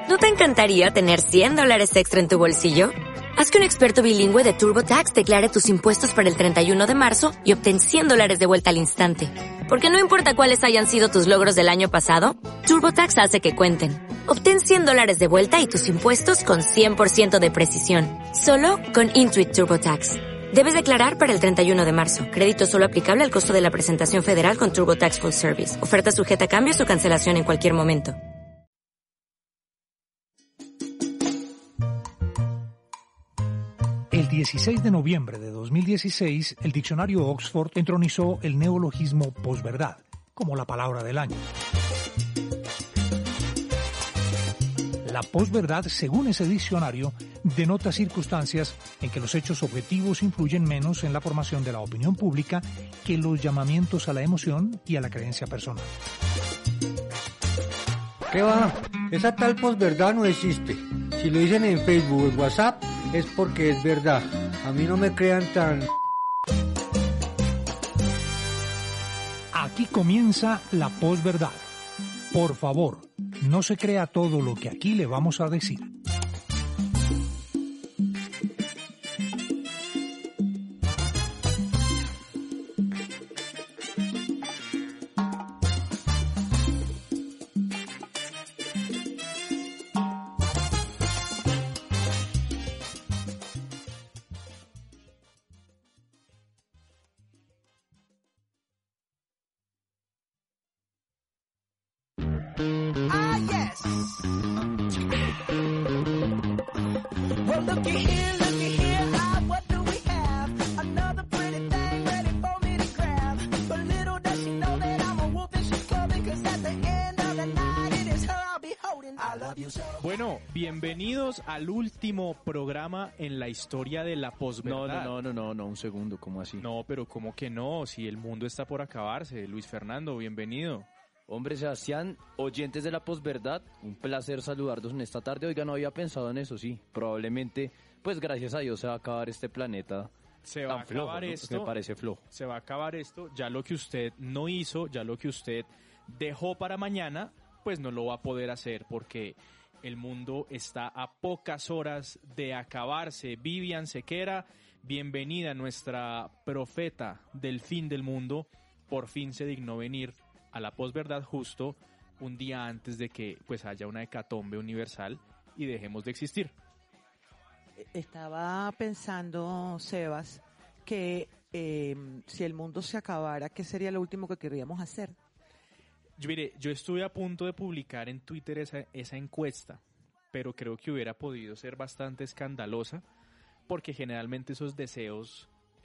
¿No te encantaría tener $100 extra en tu bolsillo? Haz que un experto bilingüe de TurboTax declare tus impuestos para el 31 de marzo y obtén $100 de vuelta al instante. Porque no importa cuáles hayan sido tus logros del año pasado, TurboTax hace que cuenten. Obtén $100 de vuelta y tus impuestos con 100% de precisión. Solo con Intuit TurboTax. Debes declarar para el 31 de marzo. Crédito solo aplicable al costo de la presentación federal con TurboTax Full Service. Oferta sujeta a cambios o cancelación en cualquier momento. El 16 de noviembre de 2016, el diccionario Oxford entronizó el neologismo posverdad como la palabra del año. La posverdad, según ese diccionario, denota circunstancias en que los hechos objetivos influyen menos en la formación de la opinión pública que los llamamientos a la emoción y a la creencia personal. ¿Qué va? Esa tal posverdad no existe. Si lo dicen en Facebook o en WhatsApp, es porque es verdad. A mí no me crean tan... Aquí comienza la posverdad. Por favor, no se crea todo lo que aquí le vamos a decir. Bueno, bienvenidos al último programa en la historia de la posverdad. No, un segundo, ¿cómo así? No, pero ¿cómo que no? Si el mundo está por acabarse. Luis Fernando, bienvenido. Hombre, Sebastián, oyentes de la posverdad, un placer saludarlos en esta tarde. Oiga, no había pensado en eso, sí. Probablemente, pues gracias a Dios se va a acabar este planeta. Se va a acabar esto. Me parece flojo. Se va a acabar esto. Ya lo que usted no hizo, ya lo que usted dejó para mañana, pues no lo va a poder hacer porque el mundo está a pocas horas de acabarse. Vivian Sequera, bienvenida, nuestra profeta del fin del mundo. Por fin se dignó venir a la posverdad justo un día antes de que pues haya una hecatombe universal y dejemos de existir. Estaba pensando, Sebas, que si el mundo se acabara, ¿qué sería lo último que querríamos hacer? Yo estuve a punto de publicar en Twitter esa encuesta, pero creo que hubiera podido ser bastante escandalosa, porque generalmente esos deseos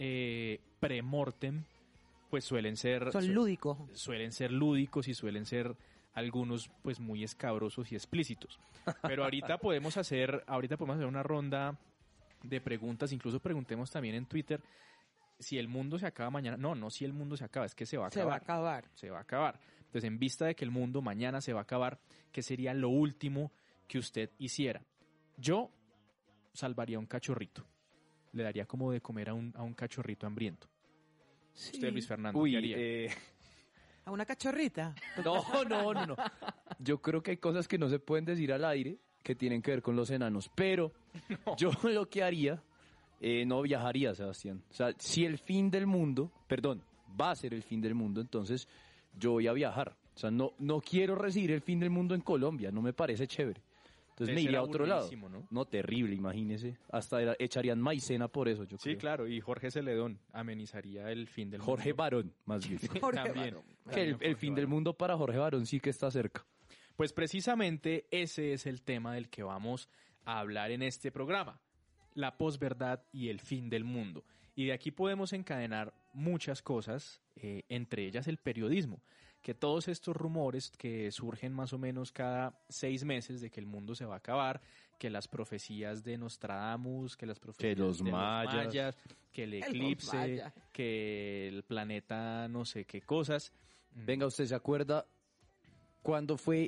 pre-mortem pues suelen ser... Son lúdicos. Suelen ser lúdicos y suelen ser algunos pues muy escabrosos y explícitos. Pero ahorita podemos hacer una ronda de preguntas, incluso preguntemos también en Twitter si el mundo se acaba mañana. No si el mundo se acaba, es que se va a acabar. Se va a acabar. Entonces, en vista de que el mundo mañana se va a acabar, ¿qué sería lo último que usted hiciera? Yo salvaría a un cachorrito. Le daría como de comer a un cachorrito hambriento. Sí. Usted, Luis Fernando, ¿qué haría? ¿A una cachorrita? No. Yo creo que hay cosas que no se pueden decir al aire que tienen que ver con los enanos, pero yo lo que haría, no viajaría, Sebastián. O sea, si el fin del mundo, va a ser el fin del mundo, entonces yo voy a viajar. O sea, no quiero recibir el fin del mundo en Colombia, no me parece chévere. Entonces me iría a otro lado. No, terrible, imagínese. Hasta echarían maicena por eso, yo creo. Sí, claro, y Jorge Celedón amenizaría el fin del mundo. Jorge Barón, más bien. También. El fin del mundo para Jorge Barón sí que está cerca. Pues precisamente ese es el tema del que vamos a hablar en este programa. La posverdad y el fin del mundo. Y de aquí podemos encadenar muchas cosas, entre ellas el periodismo. Que todos estos rumores que surgen más o menos cada 6 meses de que el mundo se va a acabar, que las profecías de Nostradamus, que las profecías de los mayas, que el eclipse, que el planeta no sé qué cosas. Venga, ¿usted se acuerda cuándo fue?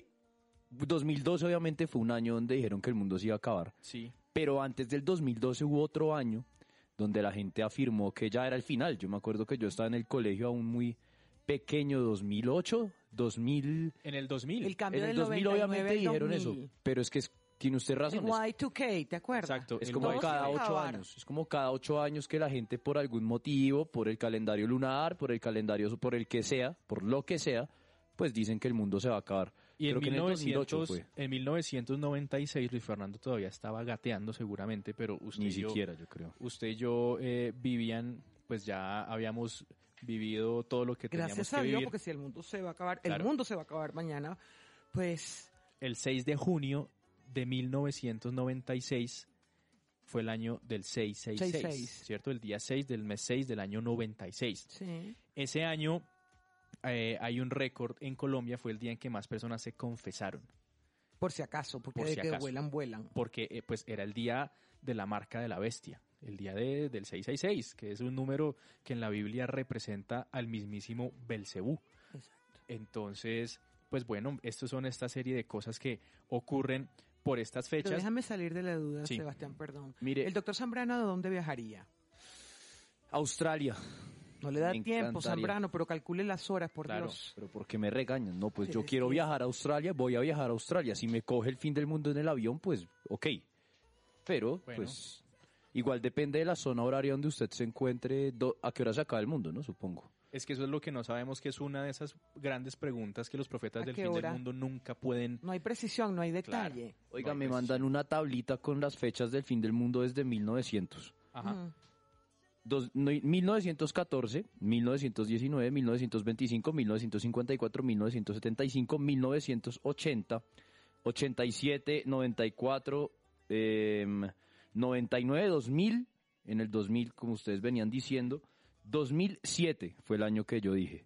2012 obviamente fue un año donde dijeron que el mundo se iba a acabar. Sí. Pero antes del 2012 hubo otro año donde la gente afirmó que ya era el final. Yo me acuerdo que yo estaba en el colegio aún muy pequeño, 2008, 2000... En el 2000. El cambio en el del 2000 99 obviamente dijeron 2000. eso, pero es que Tiene usted El razón. Y2K, ¿te acuerdas? Exacto. Es el como Todo se cada va a 8 acabar. años. Es como cada 8 años que la gente, por algún motivo, por el calendario lunar, por el calendario, por el que sea, por lo que sea, pues dicen que el mundo se va a acabar. Y Creo que en el 2008 fue. en 1996 Luis Fernando todavía estaba gateando seguramente, pero Ni siquiera, yo creo. usted y yo vivían, pues ya habíamos vivido todo lo que teníamos Gracias que a Dios, vivir. porque si el mundo se va a acabar, Claro. el mundo se va a acabar mañana, pues El 6 de junio de 1996 fue el año del 666, 66. ¿cierto? El día 6 del mes 6 del año 96. sí. Ese año hay un récord en Colombia, fue el día en que más personas se confesaron, Por si acaso, porque Por de si que acaso. vuelan. porque pues era el día de la marca de la bestia, el día del 666, que es un número que en la Biblia representa al mismísimo Belcebú. Exacto. Entonces, pues bueno, estos son esta serie de cosas que ocurren por estas Pero fechas. déjame salir de la duda, Sí. Sebastián, perdón. Mire, ¿El doctor Zambrano a dónde viajaría? Australia. No le da Me tiempo, encantaría. Zambrano, pero calcule las horas, por Claro. Dios. Pero ¿por qué me regañan? No, pues Sí, yo es quiero que- viajar a Australia, voy a viajar a Australia. Si me coge el fin del mundo en el avión, pues ok. Pero, Bueno. pues, igual depende de la zona horaria donde usted se encuentre, a qué hora se acaba el mundo, ¿no? Supongo. Es que eso es lo que no sabemos, que es una de esas grandes preguntas que los profetas ¿A del qué fin hora? del mundo nunca pueden. No hay precisión, no hay detalle. Oiga, No hay me precisión. mandan una tablita con las fechas del fin del mundo desde 1900. Ajá. Mm. 1914, 1919, 1925, 1954, 1975, 1980, 87, 94, 99, 2000, en el 2000, como ustedes venían diciendo, 2007 fue el año que yo dije.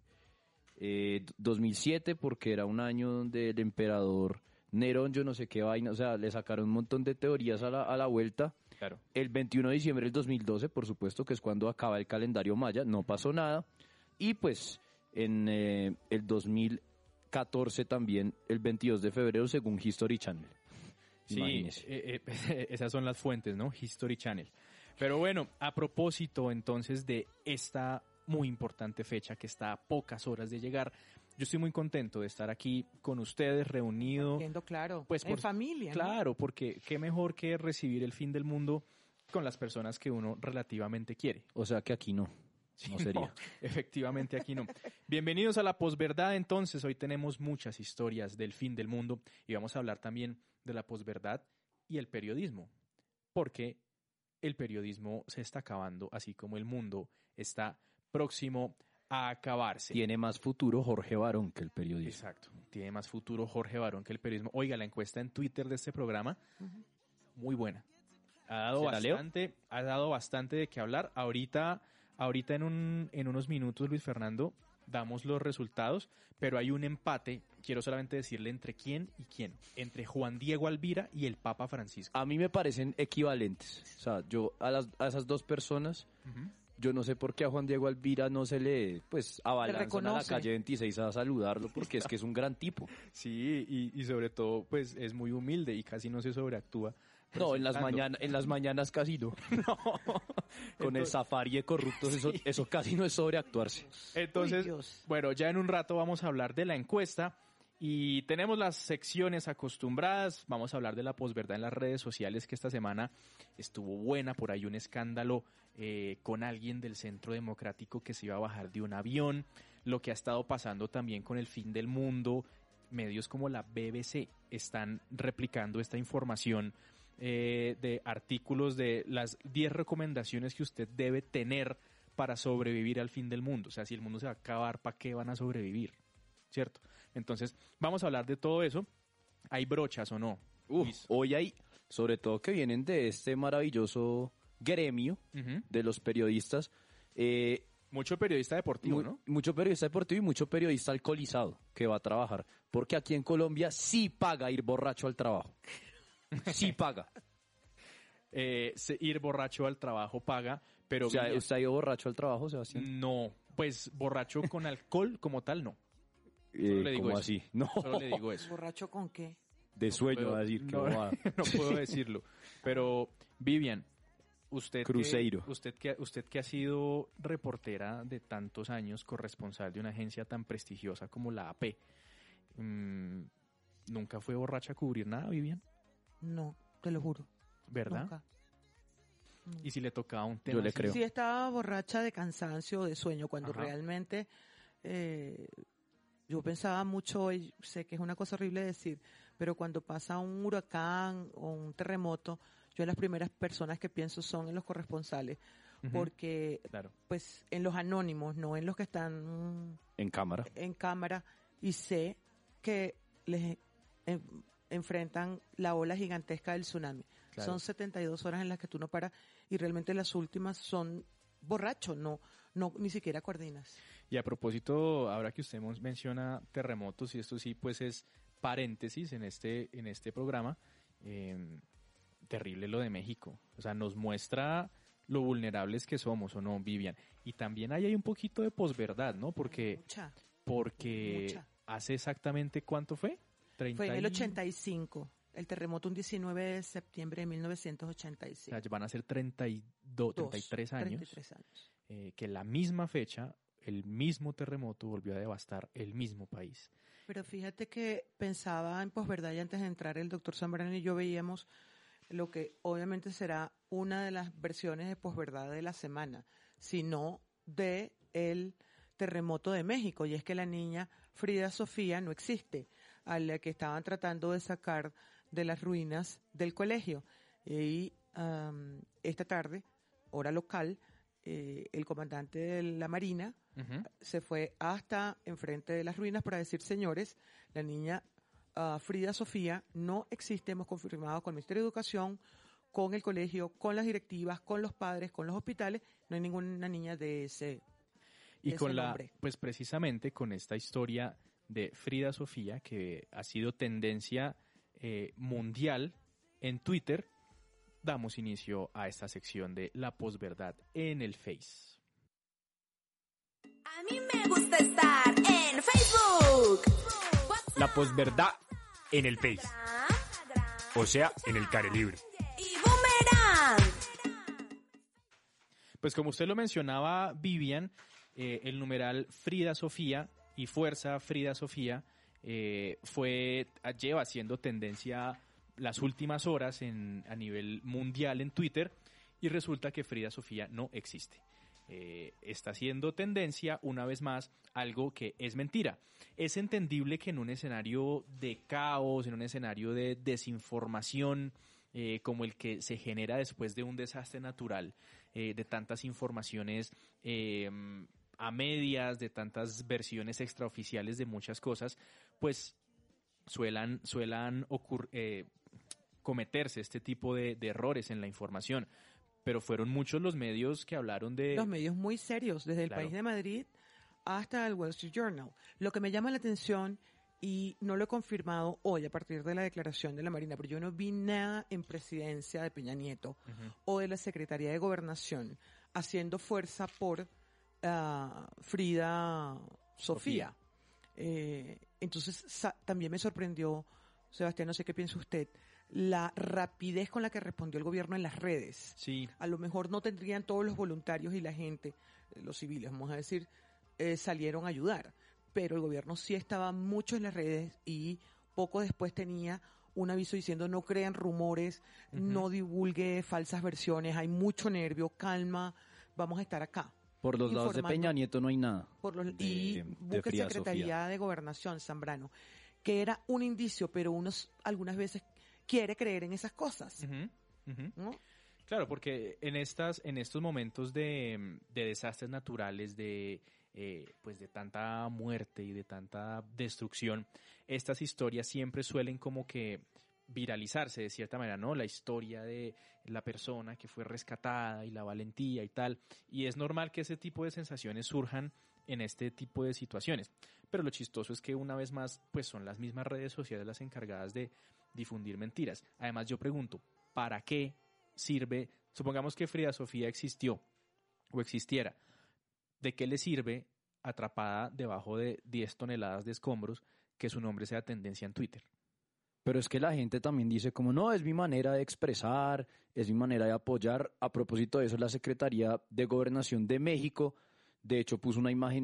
2007 porque era un año donde el emperador Nerón, yo no sé qué vaina, o sea, le sacaron un montón de teorías a la vuelta. Claro. El 21 de diciembre del 2012, por supuesto, que es cuando acaba el calendario maya, no pasó nada. Y pues en el 2014 también, el 22 de febrero, según History Channel. Sí, Imagínese. esas son las fuentes, ¿no? History Channel. Pero bueno, a propósito entonces de esta muy importante fecha que está a pocas horas de llegar, yo estoy muy contento de estar aquí con ustedes, reunido. Entiendo, claro. Pues en por- familia, ¿no? Claro, porque qué mejor que recibir el fin del mundo con las personas que uno relativamente quiere. O sea que aquí no. No sería. No, efectivamente aquí no. Bienvenidos a la posverdad entonces. Hoy tenemos muchas historias del fin del mundo y vamos a hablar también de la posverdad y el periodismo. Porque el periodismo se está acabando, así como el mundo está próximo a acabarse. Tiene más futuro Jorge Barón que el periodismo. Exacto. Tiene más futuro Jorge Barón que el periodismo. Oiga, la encuesta en Twitter de este programa, muy buena. Ha dado bastante de qué hablar. Ahorita en unos minutos, Luis Fernando, damos los resultados, pero hay un empate, quiero solamente decirle entre quién y quién, entre Juan Diego Alvira y el Papa Francisco. A mí me parecen equivalentes. O sea, yo a esas dos personas, yo no sé por qué a Juan Diego Alvira no se le, pues, abalanzan a la reconoce. calle 26 a saludarlo, porque es que es un gran tipo. Sí, y sobre todo, pues, es muy humilde y casi no se sobreactúa. No, en presentando. las mañanas casi no. Con el Entonces- safari de corruptos, eso casi no es sobreactuarse. Entonces, Uy, Dios. bueno, ya en un rato vamos a hablar de la encuesta y tenemos las secciones acostumbradas. Vamos a hablar de la posverdad en las redes sociales, que esta semana estuvo buena. Por ahí un escándalo con alguien del Centro Democrático que se iba a bajar de un avión. Lo que ha estado pasando también con el fin del mundo. Medios como la BBC están replicando esta información de artículos de las 10 recomendaciones que usted debe tener para sobrevivir al fin del mundo. O sea, si el mundo se va a acabar, ¿para qué van a sobrevivir? ¿Cierto? Entonces, vamos a hablar de todo eso. ¿Hay brochas o no? Luis? Hoy hay, sobre todo que vienen de este maravilloso gremio Ujú. de los periodistas, Mucho periodista deportivo, ¿no? mucho periodista deportivo y mucho periodista alcoholizado que va a trabajar. Porque aquí en Colombia sí paga ir borracho al trabajo. Sí paga. Ir borracho al trabajo paga, pero O sea, Vivian, ¿usted ha ido borracho al trabajo, Sebastián? no, pues borracho con alcohol como tal, no. Solo le digo ¿Cómo eso. así? No, Solo le digo eso. ¿Borracho con qué? de sueño Puedo- va a decir que no, va. no puedo decirlo. Pero, Vivian, usted Cruzeiro. usted que ha sido reportera de tantos años, corresponsal de una agencia tan prestigiosa como la AP, ¿nunca fue borracha a cubrir nada, Vivian? No, te lo juro. ¿Verdad? Nunca. Y si le tocaba un tema Yo le así? creo. Sí estaba borracha de cansancio o de sueño, cuando Ajá. realmente yo pensaba mucho, y sé que es una cosa horrible decir, pero cuando pasa un huracán o un terremoto, yo las primeras personas que pienso son en los corresponsales, Ujú, porque claro. pues en los anónimos, no en los que están En cámara. en cámara, y sé que les enfrentan la ola gigantesca del tsunami. Claro. Son 72 horas en las que tú no paras y realmente las últimas son borracho, no ni siquiera coordinas. Y a propósito, ahora que usted menciona terremotos, y esto sí, pues es paréntesis en este programa, terrible lo de México. O sea, nos muestra lo vulnerables que somos, ¿o no, Vivian? Y también ahí hay un poquito de posverdad, ¿no? Porque Mucha. hace exactamente, ¿cuánto fue? Fue en el 80 85, el terremoto un 19 de septiembre de 1985. O sea, van a ser 33 años. 33 años. Que la misma fecha, el mismo terremoto volvió a devastar el mismo país. Pero fíjate que pensaba en posverdad y antes de entrar el doctor Zambrano y yo veíamos lo que obviamente será una de las versiones de posverdad de la semana, sino de el terremoto de México, y es que la niña Frida Sofía no existe, a la que estaban tratando de sacar de las ruinas del colegio. Y esta tarde, hora local, el comandante de la Marina Ujú. se fue hasta enfrente de las ruinas para decir, señores, la niña Frida Sofía no existe, hemos confirmado con el Ministerio de Educación, con el colegio, con las directivas, con los padres, con los hospitales, no hay ninguna niña de ese Y ese con nombre. pues precisamente con esta historia de Frida Sofía, que ha sido tendencia mundial en Twitter, damos inicio a esta sección de la posverdad en el Face. A mí me gusta estar en Facebook. La posverdad en el Face, o sea, en el Care Libre. Y Boomerang. Pues como usted lo mencionaba, Vivian, el numeral Frida Sofía y Fuerza Frida Sofía lleva siendo tendencia las últimas horas a nivel mundial en Twitter, y resulta que Frida Sofía no existe. Está siendo tendencia, una vez más, algo que es mentira. Es entendible que en un escenario de caos, en un escenario de desinformación, como el que se genera después de un desastre natural, de tantas informaciones a medias, de tantas versiones extraoficiales de muchas cosas, pues suelan cometerse este tipo de errores en la información. Pero fueron muchos los medios que hablaron de... Los medios muy serios, desde el Claro. País de Madrid hasta el Wall Street Journal. Lo que me llama la atención, y no lo he confirmado hoy a partir de la declaración de la Marina, pero yo no vi nada en presidencia de Peña Nieto o de la Secretaría de Gobernación haciendo fuerza por Frida Sofía. Entonces también me sorprendió, Sebastián, no sé qué piensa usted, la rapidez con la que respondió el gobierno en las redes. Sí, A lo mejor no tendrían todos los voluntarios y la gente, los civiles, vamos a decir, salieron a ayudar. Pero el gobierno sí estaba mucho en las redes y poco después tenía un aviso diciendo no crean rumores, no divulgue falsas versiones, hay mucho nervio, calma, vamos a estar acá. Por los lados de informando Peña Nieto no hay nada. Y de busque Frida Secretaría Sofía. de Gobernación, Zambrano, que era un indicio, pero uno algunas veces quiere creer en esas cosas, ¿no? Claro, porque en estos momentos de desastres naturales, pues de tanta muerte y de tanta destrucción, estas historias siempre suelen como que viralizarse de cierta manera, ¿no? La historia de la persona que fue rescatada y la valentía y tal. Y es normal que ese tipo de sensaciones surjan en este tipo de situaciones. Pero lo chistoso es que una vez más, pues son las mismas redes sociales las encargadas de difundir mentiras. Además, yo pregunto, ¿para qué sirve? Supongamos que Frida Sofía existió o existiera. ¿De qué le sirve, atrapada debajo de 10 toneladas de escombros, que su nombre sea tendencia en Twitter? Pero es que la gente también dice como, no, es mi manera de expresar, es mi manera de apoyar. A propósito de eso, la Secretaría de Gobernación de México, de hecho, puso una imagen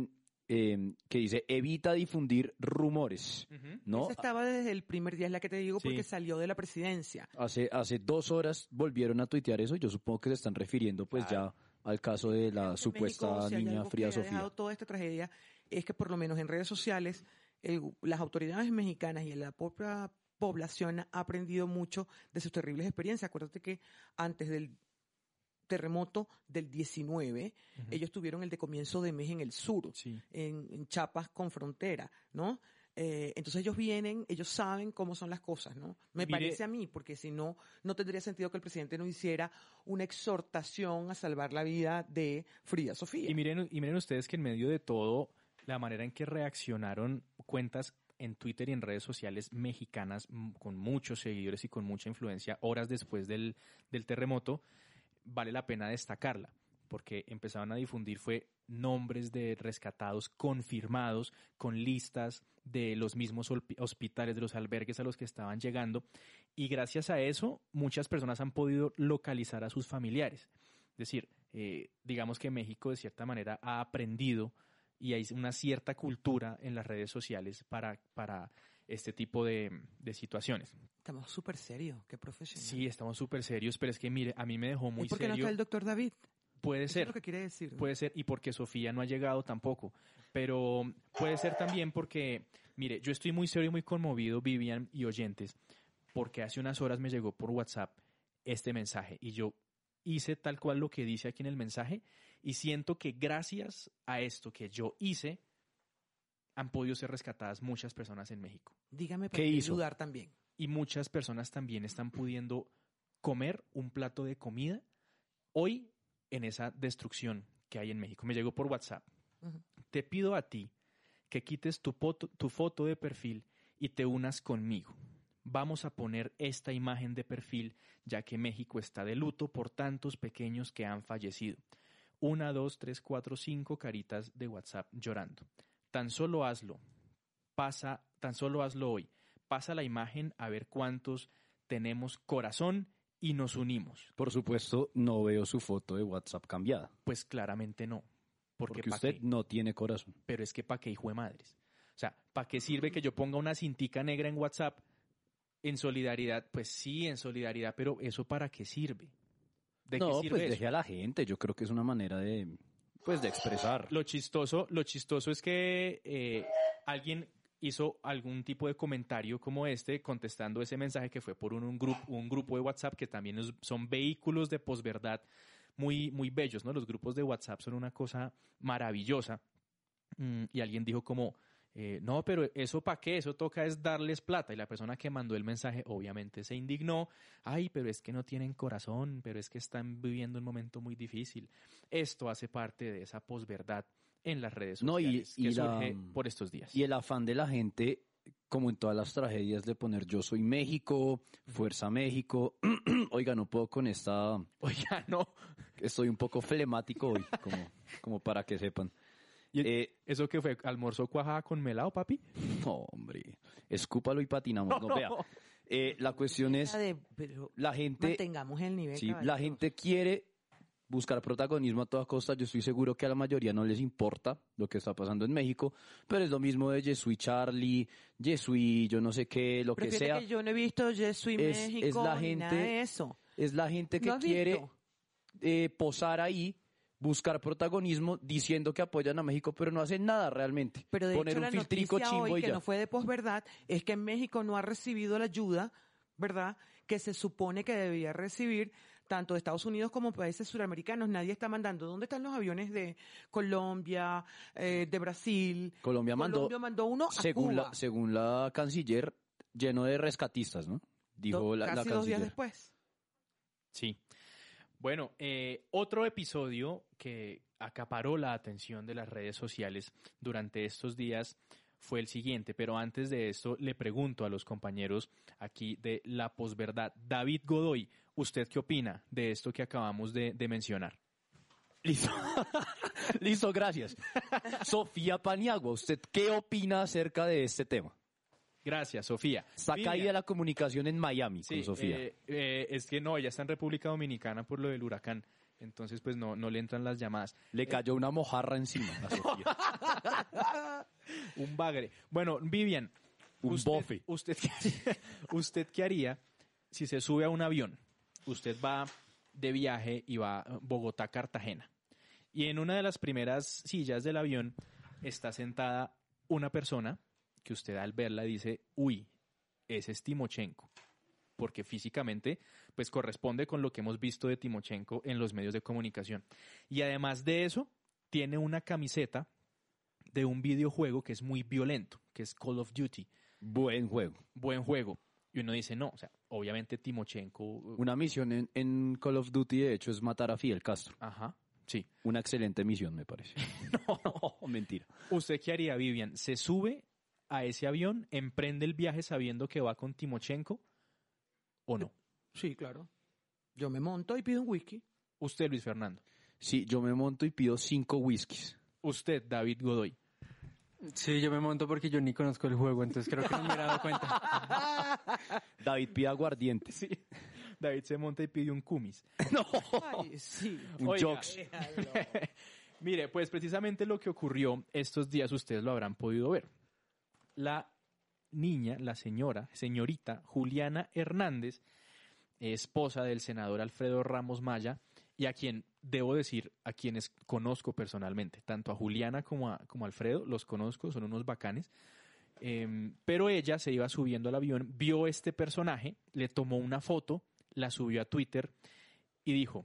que dice, evita difundir rumores, ¿no? Esa estaba desde el primer día, es la que te digo, Sí. porque salió de la presidencia. Hace 2 horas volvieron a tuitear eso, yo supongo que se están refiriendo pues ya al caso de la México, supuesta si hay niña algo Frida que ha Sofía. dejado toda esta tragedia es que por lo menos en redes sociales las autoridades mexicanas y la propia población ha aprendido mucho de sus terribles experiencias. Acuérdate que antes del terremoto del 19, ellos tuvieron el de comienzo de mes en el sur, Sí. en Chiapas con frontera, ¿no? Entonces ellos saben cómo son las cosas, ¿no? Me Mire- parece a mí, porque si no, no tendría sentido que el presidente no hiciera una exhortación a salvar la vida de Frida Sofía. Y miren ustedes que en medio de todo, la manera en que reaccionaron cuentas en Twitter y en redes sociales mexicanas con muchos seguidores y con mucha influencia horas después del terremoto, vale la pena destacarla, porque empezaron a difundir nombres de rescatados confirmados con listas de los mismos hospitales, de los albergues a los que estaban llegando, y gracias a eso muchas personas han podido localizar a sus familiares. Es decir, digamos que México de cierta manera ha aprendido y hay una cierta cultura en las redes sociales para este tipo de situaciones. Estamos súper serios, qué profesional. Sí, estamos súper serios, pero es que mire, a mí me dejó muy ¿Y por qué no serio. está el doctor David? Puede Eso ser. es lo que quiere decir, ¿no? Puede ser, y porque Sofía no ha llegado tampoco. Pero puede ser también porque, mire, yo estoy muy serio y muy conmovido, Vivian y oyentes, porque hace unas horas me llegó por WhatsApp este mensaje y yo hice tal cual lo que dice aquí en el mensaje y siento que gracias a esto que yo hice, han podido ser rescatadas muchas personas en México. Dígame ¿Qué para hizo? ayudar también. Y muchas personas también están pudiendo comer un plato de comida hoy en esa destrucción que hay en México. Me llegó por WhatsApp. Ujú. Te pido a ti que quites tu foto de perfil y te unas conmigo. Vamos a poner esta imagen de perfil ya que México está de luto por tantos pequeños que han fallecido. 1, 2, 3, 4, 5 caritas de WhatsApp llorando. Tan solo hazlo. Tan solo hazlo hoy. Pasa la imagen a ver cuántos tenemos corazón y nos unimos. Por supuesto, no veo su foto de WhatsApp cambiada, Pues claramente no. porque ¿pa' usted qué? no tiene corazón. Pero es que ¿para qué, hijo de madres? O sea, ¿para qué sirve que yo ponga una cintica negra en WhatsApp en solidaridad? Pues sí, en solidaridad, pero ¿eso para qué sirve? ¿De No, qué sirve pues eso? deje a la gente, yo creo que es una manera de expresar. Lo chistoso es que alguien hizo algún tipo de comentario como este, contestando ese mensaje que fue por un grupo de WhatsApp que también son vehículos de posverdad muy, muy bellos, ¿no? Los grupos de WhatsApp son una cosa maravillosa. Y alguien dijo como, no, pero ¿eso para qué? Eso toca es darles plata. Y la persona que mandó el mensaje obviamente se indignó. Ay, pero es que no tienen corazón, pero es que están viviendo un momento muy difícil. Esto hace parte de esa posverdad en las redes No, sociales que y surge por estos días. Y el afán de la gente, como en todas las tragedias, de poner yo soy México, Fuerza México. Oiga, no puedo con esta... Oiga, no. Estoy un poco flemático hoy, como para que sepan. ¿Eso que fue? ¿Almorzó cuajada con melado, papi? No, hombre, escúpalo y patinamos. No, vea. La cuestión es, Pero la gente... mantengamos el nivel. Sí, la caballeros. gente quiere buscar protagonismo a toda costa. Yo estoy seguro que a la mayoría no les importa lo que está pasando en México, pero es lo mismo de Yesui Charlie, Yesui yo no sé qué, lo Pero que fíjate sea. que yo no he visto Yo Soy Es México la ni nada gente- de eso. Es la gente que ¿No has quiere visto? posar ahí, buscar protagonismo, diciendo que apoyan a México, pero no hacen nada realmente. Pero de Poner hecho un la filtrico noticia chimbo hoy, y que ya. no fue de posverdad, es que México no ha recibido la ayuda, ¿verdad?, que se supone que debía recibir tanto de Estados Unidos como países suramericanos. Nadie está mandando. ¿Dónde están los aviones de Colombia, de Brasil? Colombia mandó, uno a Cuba. según la canciller, lleno de rescatistas, ¿no? Dijo la casi canciller. 2 días después. Sí. Bueno, otro episodio que acaparó la atención de las redes sociales durante estos días fue el siguiente, pero antes de esto le pregunto a los compañeros aquí de La Posverdad. David Godoy, ¿usted qué opina de esto que acabamos de mencionar? Listo. Listo, gracias. Sofía Paniagua, ¿usted qué opina acerca de este tema? Gracias, Sofía. Está Vivian. caída la comunicación en Miami Sí, con Sofía. es que no, ella está en República Dominicana por lo del huracán. Entonces, pues no le entran las llamadas. Le cayó una mojarra encima a Sofía. Un bagre. Bueno, Vivian, Un bofe. ¿Usted qué haría si se sube a un avión? Usted va de viaje y va a Bogotá-Cartagena. Y en una de las primeras sillas del avión está sentada una persona que usted al verla dice, uy, ese es Timochenko. Porque físicamente pues corresponde con lo que hemos visto de Timochenko en los medios de comunicación. Y además de eso, tiene una camiseta de un videojuego que es muy violento, que es Call of Duty. Buen juego. Buen juego. Y uno dice, no, o sea, obviamente Timochenko... Una misión en Call of Duty, de hecho, es matar a Fidel Castro. Ajá, sí. Una excelente misión, me parece. No, mentira. ¿Usted qué haría, Vivian? ¿Se sube a ese avión, emprende el viaje sabiendo que va con Timochenko o no? Sí, claro. Yo me monto y pido un whisky. Usted, Luis Fernando. Sí, yo me monto y pido 5 whiskies. Usted, David Godoy. Sí, yo me monto porque yo ni conozco el juego, entonces creo que no me he dado cuenta. David pide aguardiente. Sí. David se monta y pide un kumis. Ay, sí. Un Oiga. Jox. Mire, pues precisamente lo que ocurrió estos días ustedes lo habrán podido ver. La niña, la señorita Juliana Hernández, esposa del senador Alfredo Ramos Maya, y a quien, debo decir, a quienes conozco personalmente, tanto a Juliana como a Alfredo, los conozco, son unos bacanes, pero ella se iba subiendo al avión, vio este personaje, le tomó una foto, la subió a Twitter y dijo,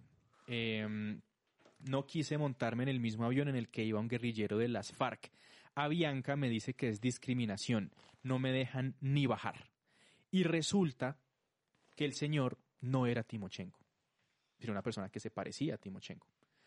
no quise montarme en el mismo avión en el que iba un guerrillero de las FARC. A Bianca me dice que es discriminación, no me dejan ni bajar. Y resulta que el señor no era Timochenko, era una persona que se parecía a Timochenko.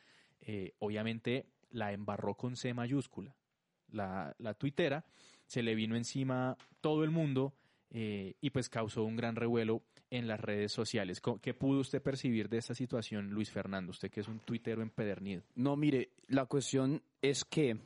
Obviamente la embarró con C mayúscula. La tuitera, se le vino encima todo el mundo y pues causó un gran revuelo en las redes sociales. ¿Qué pudo usted percibir de esta situación, Luis Fernando? Usted que es un tuitero empedernido. No, mire, la cuestión es que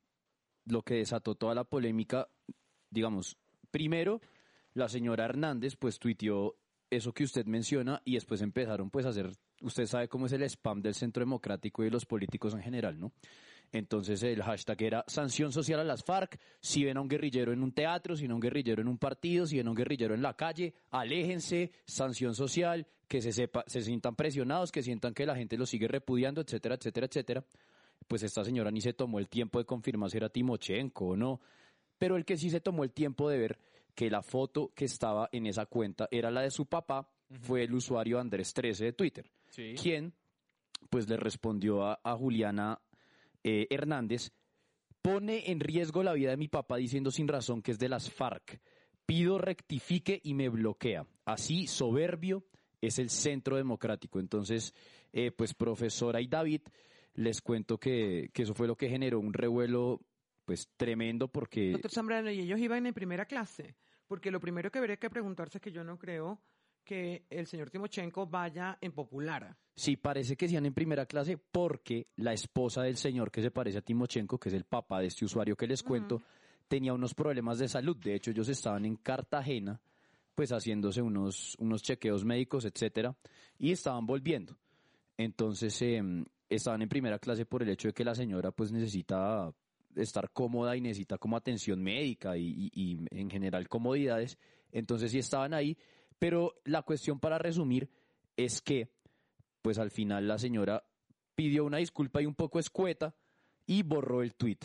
lo que desató toda la polémica, digamos, primero, la señora Hernández pues tuiteó eso que usted menciona y después empezaron pues a hacer, usted sabe cómo es el spam del Centro Democrático y de los políticos en general, ¿no? Entonces el hashtag era sanción social a las FARC, si ven a un guerrillero en un teatro, si ven a un guerrillero en un partido, si ven a un guerrillero en la calle, aléjense, sanción social, que se sientan presionados, que sientan que la gente los sigue repudiando, etcétera, etcétera, etcétera. Pues esta señora ni se tomó el tiempo de confirmar si era Timochenko o no, pero el que sí se tomó el tiempo de ver que la foto que estaba en esa cuenta era la de su papá, fue el usuario Andrés 13 de Twitter, Sí. quien pues le respondió a Juliana Hernández, pone en riesgo la vida de mi papá diciendo sin razón que es de las FARC, pido rectifique y me bloquea, así soberbio es el Centro Democrático. Entonces, pues profesora y David, les cuento que eso fue lo que generó un revuelo pues tremendo porque... Doctor Zambrano, y ellos iban en primera clase, porque lo primero que habría que preguntarse es que yo no creo que el señor Timochenko vaya en popular. Sí, parece que sean en primera clase porque la esposa del señor que se parece a Timochenko, que es el papá de este usuario que les cuento, tenía unos problemas de salud. De hecho, ellos estaban en Cartagena, pues haciéndose unos chequeos médicos, etcétera, y estaban volviendo. Entonces, estaban en primera clase por el hecho de que la señora pues necesita estar cómoda y necesita como atención médica y en general comodidades. Entonces sí estaban ahí, pero la cuestión para resumir es que pues al final la señora pidió una disculpa y un poco escueta y borró el tweet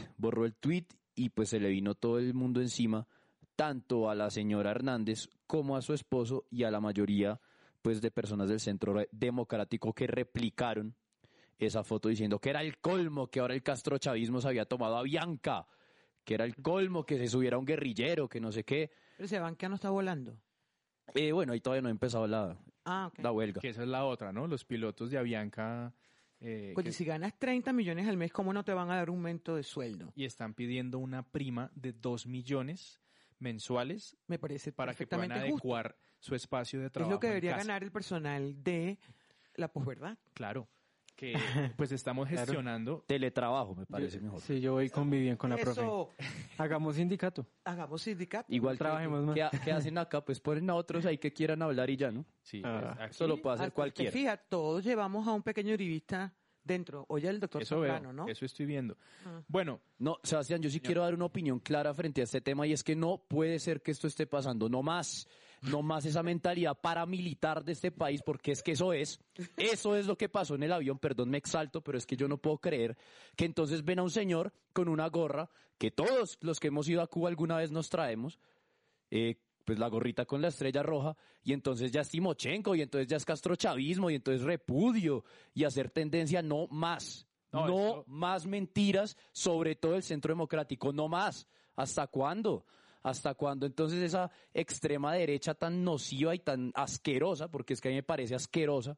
y pues se le vino todo el mundo encima, tanto a la señora Hernández como a su esposo y a la mayoría pues de personas del Centro Democrático que replicaron esa foto diciendo que era el colmo que ahora el castrochavismo se había tomado a Bianca, que era el colmo que se subiera un guerrillero, que no sé qué. Pero ese Bianca no está volando. Bueno, ahí todavía no ha empezado la huelga. Que esa es la otra, ¿no? Los pilotos de Avianca... Pues si ganas 30 millones al mes, ¿cómo no te van a dar un aumento de sueldo? Y están pidiendo una prima de 2 millones mensuales Me parece para que puedan perfectamente justo. adecuar su espacio de Es trabajo. lo que en debería casa. ganar el personal de la posverdad. Claro. que pues estamos gestionando. Teletrabajo, me parece mejor. Sí, yo voy con Vivian, con la profe. Eso, Hagamos sindicato. hagamos sindicato. Igual Trabajemos más. ¿Qué hacen acá? Pues ponen a otros ahí que quieran hablar y ya, ¿no? Sí, aquí, Eso lo puede hacer cualquiera. Fíjate, todos llevamos a un pequeño uribista dentro. Oye, el doctor eso veo, Zambrano, ¿no? eso estoy viendo. Ah. Bueno, No, Sebastián, yo sí quiero dar una opinión clara frente a este tema y es que no puede ser que esto esté pasando. No más esa mentalidad paramilitar de este país, porque es que eso es lo que pasó en el avión. Perdón, me exalto, pero es que yo no puedo creer que entonces ven a un señor con una gorra que todos los que hemos ido a Cuba alguna vez nos traemos, pues la gorrita con la estrella roja, y entonces ya es Timochenko, y entonces ya es castrochavismo, y entonces repudio, y hacer tendencia. No más. No, No eso- más mentiras, sobre todo el Centro Democrático, no más. ¿Hasta cuándo? ¿Hasta cuándo? Entonces esa extrema derecha tan nociva y tan asquerosa, porque es que a mí me parece asquerosa,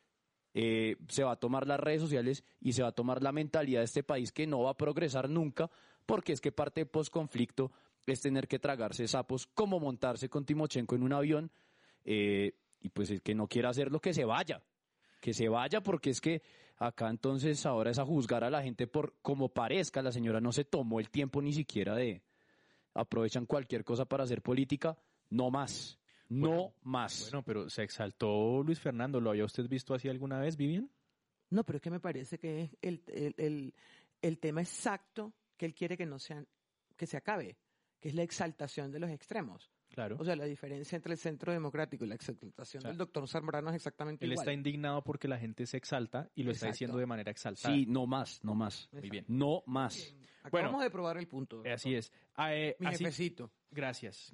se va a tomar las redes sociales y se va a tomar la mentalidad de este país que no va a progresar nunca, porque es que parte de posconflicto es tener que tragarse sapos, como montarse con Timochenko en un avión, y pues el que no quiera hacerlo, que se vaya, porque es que acá entonces ahora es a juzgar a la gente por como parezca. La señora no se tomó el tiempo ni siquiera aprovechan cualquier cosa para hacer política. No más, no más. bueno, pero se exaltó Luis Fernando. ¿Lo había usted visto así alguna vez, Vivian? No, pero es que me parece que es el tema exacto que él quiere que se acabe, que es la exaltación de los extremos. Claro. O sea, la diferencia entre el Centro Democrático y la exaltación O sea, del doctor Zambrano es exactamente Él igual. está indignado porque la gente se exalta y lo está Exacto. diciendo de manera exaltada. Sí, no más, no más. Muy bien. No más. Acabamos Bueno, de probar el punto. Así es. Mi Así- jefecito. Gracias.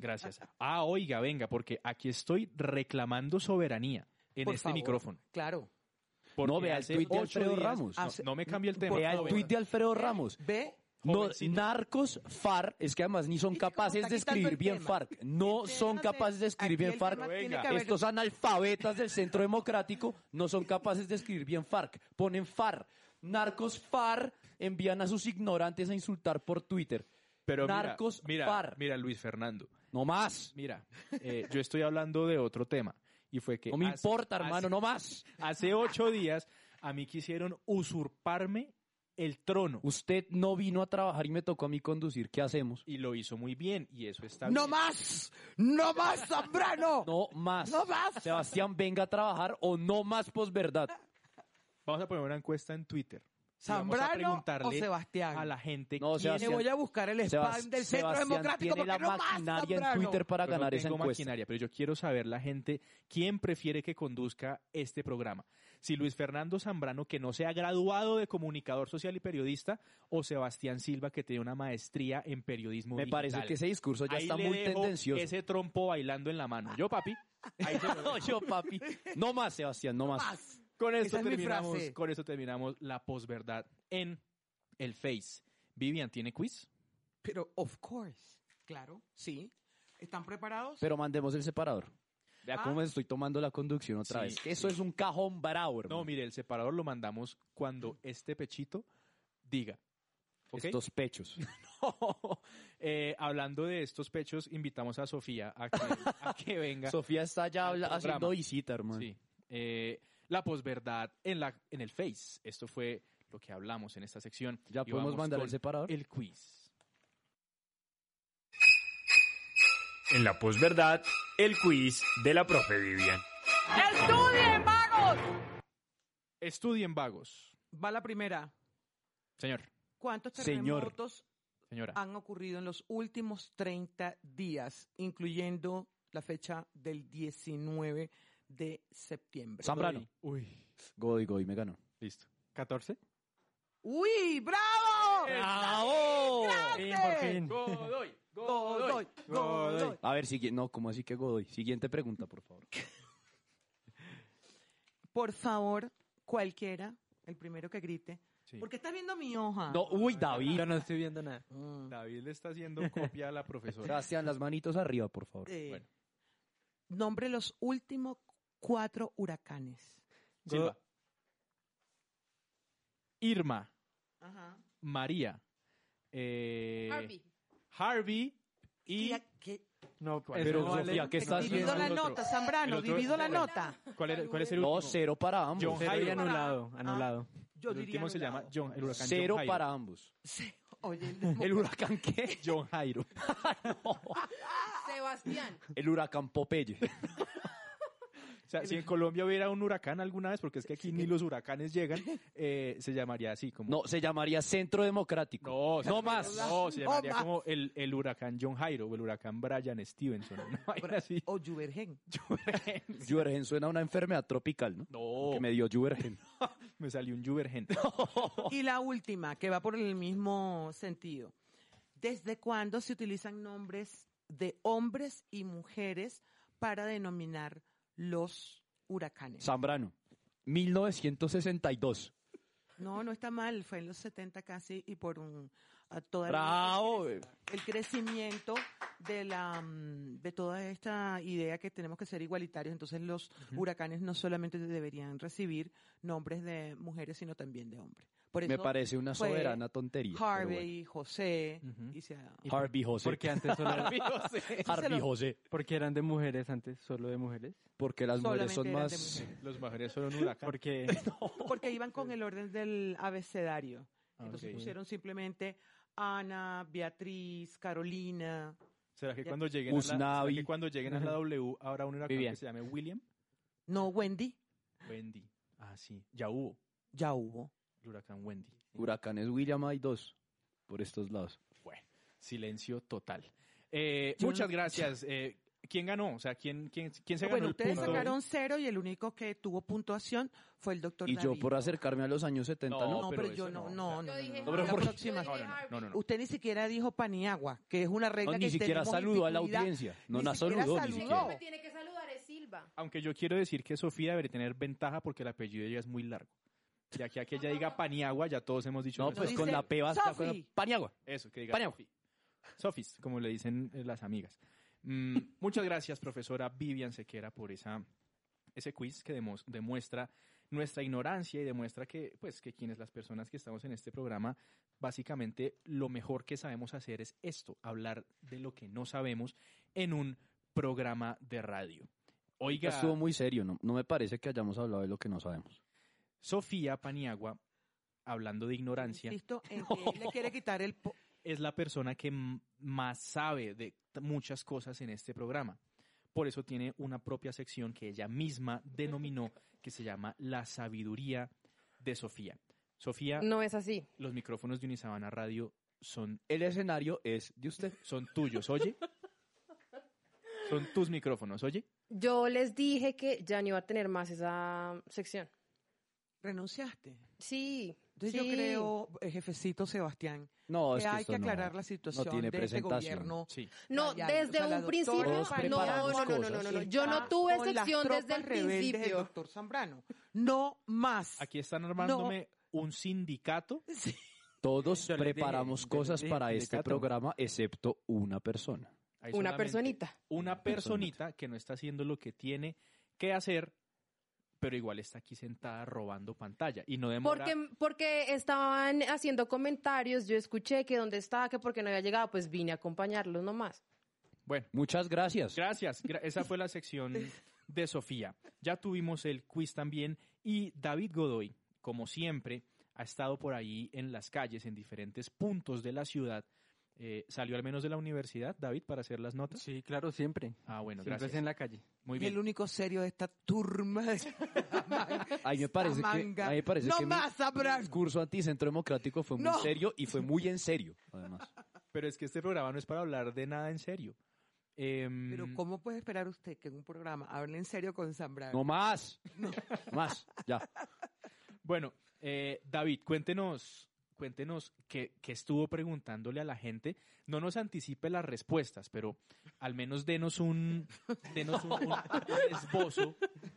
Oiga, venga, porque aquí estoy reclamando soberanía en Por este favor. micrófono. Claro. Porque No, vea el hace tuit de 8 Alfredo días- Ramos. No me cambie el tema. Vea el tuit de Alfredo Ramos. Ve, No, Jovencito. narcos, FARC, es que además ni son Es que como capaces está de quitando escribir el bien tema. FARC. No El son tema de- capaces de escribir aquí bien el FARC. tema tiene Venga. que haber- Estos analfabetas del Centro Democrático no son capaces de escribir bien FARC. Ponen FARC. Narcos FARC envían a sus ignorantes a insultar por Twitter. Pero Narcos FARC. mira, Luis Fernando. No más. Mira, yo estoy hablando de otro tema. Y fue que No me importa, hermano, no más. hace 8 días a mí quisieron usurparme el trono. Usted no vino a trabajar y me tocó a mí conducir. ¿Qué hacemos? Y lo hizo muy bien. Y eso está ¡No bien. más! ¡No más, Zambrano! No más. ¡No más! Sebastián, venga a trabajar o no más posverdad. Vamos a poner una encuesta en Twitter. Y vamos a ¿Zambrano o preguntarle Sebastián? a la gente No, quién Sebastián. Me voy a buscar el spam del Centro Sebastián Democrático tiene la porque no más, maquinaria en Zambrano. Twitter para Yo no ganar esa tengo encuesta. maquinaria, pero yo quiero saber la gente quién prefiere que conduzca este programa. Si Luis Fernando Zambrano, que no se ha graduado de comunicador social y periodista, o Sebastián Silva, que tiene una maestría en periodismo Me digital. parece que ese discurso ya Ahí está le muy dejo tendencioso. ese trompo bailando en la mano. Yo, papi. Ahí se lo dejo. No, yo, papi. No más, Sebastián, no más. Con esto Esa es mi terminamos, frase. con esto terminamos la posverdad en el Face. Vivian, ¿tiene quiz? Pero, of course. Claro, sí. ¿Están preparados? Pero mandemos el separador. Vea Ah. cómo me estoy tomando la conducción otra Sí, vez. Eso es un cajón bravo, hermano. No, mire, el separador lo mandamos cuando este pechito diga. ¿Ok? Estos pechos. Hablando de estos pechos, invitamos a Sofía a que venga. Sofía está ya al programa. haciendo visita, hermano. Sí. La posverdad en el Face. Esto fue lo que hablamos en esta sección. ¿Ya Y podemos vamos mandar con el separador? El quiz. En la posverdad, el quiz de la profe Vivian. ¡Estudien, vagos! Estudien vagos. Va la primera. Señor, ¿Cuántos Señor. terremotos señora. han ocurrido en los últimos 30 días, incluyendo la fecha del 19 de septiembre? Zambrano. Uy, Godoy, me ganó. listo. ¿14? ¡Uy, bravo! ¡Bravo! Fin, por fin. Godoy. A ver, no, ¿cómo así que Godoy? Siguiente pregunta, por favor. Por favor, cualquiera, el primero que grite. Sí. ¿Por qué estás viendo mi hoja? No, uy, David. Yo no estoy viendo nada. David le está haciendo copia a la profesora. Sebastián, las manitos arriba, por favor. Bueno. Nombre los últimos 4 huracanes. Silva. Irma, Ajá. María, Harvey y No, Pero, eso no vale. Sofía, ¿qué está Divido haciendo? la nota, Zambrano, El otro- divido la nota. ¿Cuál es el No, último? 0 para ambos. John Cero y Jairo. anulado, anulado. Yo El diría último se llama anulado. el huracán 0 John Jairo. para ambos. Oye, ¿El huracán qué? John Jairo. Sebastián. El huracán Popeye. O sea, si en Colombia hubiera un huracán alguna vez, porque es que aquí ni los huracanes llegan, se llamaría así como... No, se llamaría Centro Democrático. No más. No, se llamaría más. como el huracán John Jairo o el huracán Brian Stevenson. Una vaina así. o Juvergen. Juvergen suena a una enfermedad tropical, ¿no? No, Que me dio Juvergen. me salió un Juvergen. Y la última, que va por el mismo sentido. ¿Desde cuándo se utilizan nombres de hombres y mujeres para denominar los huracanes? Zambrano. 1962. No está mal, fue en los 70 casi y por toda ¡Bravo! el crecimiento de toda esta idea que tenemos que ser igualitarios. Entonces los huracanes no solamente deberían recibir nombres de mujeres, sino también de hombres. Por Me eso parece una fue soberana tontería. pero Harvey, José, y bueno. Harvey José. Porque antes solo Harvey José. porque eran de mujeres antes, solo de mujeres. Porque las mujeres son Solamente eran de más... mujeres. Los mujeres son un huracán. Porque Porque iban con el orden del abecedario. Ah, Entonces ok. pusieron simplemente Ana, Beatriz, Carolina. ¿Será que Ya. cuando lleguen Usnavi. a la W habrá un huracán Vivian. que se llame William? No, Wendy, Wendy. Ah, sí. Ya hubo ya hubo. el huracán Wendy. Huracanes William hay 2 por estos lados. Bueno, silencio total. Yo Muchas no- gracias. ¿Quién ganó? O sea, ¿quién se ganó Bueno, el ustedes punto? sacaron 0 y el único que tuvo puntuación fue el doctor Y yo David. por acercarme a los años 70, ¿no? No, pero pero yo eso no, no. no. Yo dije No, pero La ¿por qué? próxima. Yo dije Harvey. Usted ni siquiera dijo Paniagua, que es una regla No, que ni siquiera tenemos saludó a la instituida. audiencia. No Ni la siquiera saludó, ni saludó. siquiera. Me tiene que saludar es Silva. Aunque yo quiero decir que Sofía debería tener ventaja porque el apellido de ella es muy largo. Ya que aquí ella diga Paniagua, ya todos hemos dicho No, eso. pues dice con la P basta. Sofi. con Paniagua. Eso, que diga Paniagua. Sofi. Sofis, como le dicen las amigas. Muchas gracias, profesora Vivian Sequera, por ese quiz que demuestra nuestra ignorancia y demuestra que, pues, que las personas que estamos en este programa, básicamente lo mejor que sabemos hacer es esto, hablar de lo que no sabemos en un programa de radio. Oiga, Estuvo muy serio, ¿no? No me parece que hayamos hablado de lo que no sabemos. Sofía Paniagua, hablando de ignorancia, Insisto en que él le quiere quitar el... es la persona que más sabe de muchas cosas en este programa. Por eso tiene una propia sección que ella misma denominó, que se llama La Sabiduría de Sofía. Sofía, No es así. los micrófonos de Unisabana Radio son El escenario es de usted. tuyos, ¿oye? Son tus micrófonos, ¿oye? Yo les dije que ya no iba a tener más esa sección. ¿Renunciaste? Sí. Entonces sí. yo creo, jefecito Sebastián, No, es que que hay esto que no- aclarar la situación no tiene de este presentación. gobierno. Sí. No, radial. desde O sea, la un principio. doctora Todos No, preparamos no, no, no, cosas. no, no. Yo está no tuve con las sección desde tropas el rebeldes del principio. doctor Zambrano. No más. Aquí están armándome un sindicato. Sí. Todos Yo les dije, preparamos yo les cosas dije, para este sindicato. programa, excepto una persona. Hay Una solamente personita. Una personita que no está haciendo lo que tiene que hacer, pero igual está aquí sentada robando pantalla. Y no demora... Porque estaban haciendo comentarios, yo escuché que dónde estaba, que porque no había llegado, pues vine a acompañarlos nomás. Bueno, Muchas gracias. gracias. Esa fue la sección de Sofía. Ya tuvimos el quiz también y David Godoy, como siempre, ha estado por ahí en las calles, en diferentes puntos de la ciudad. ¿Salió al menos de la universidad, David, para hacer las notas? sí, claro, siempre. Ah, bueno, Siempre gracias. es en la calle. Muy El bien. único serio de esta turma. A mí me parece Esta que, manga. a mí me parece No que más, mi Abraham. discurso anticentro democrático fue muy No. serio y fue muy en serio, además. Pero es que este programa no es para hablar de nada en serio. Pero ¿cómo puede esperar usted que en un programa hable en serio con Zambrano? No más. Más, ya. Bueno, David, cuéntenos qué estuvo preguntándole a la gente. No nos anticipe las respuestas, pero al menos denos un esbozo,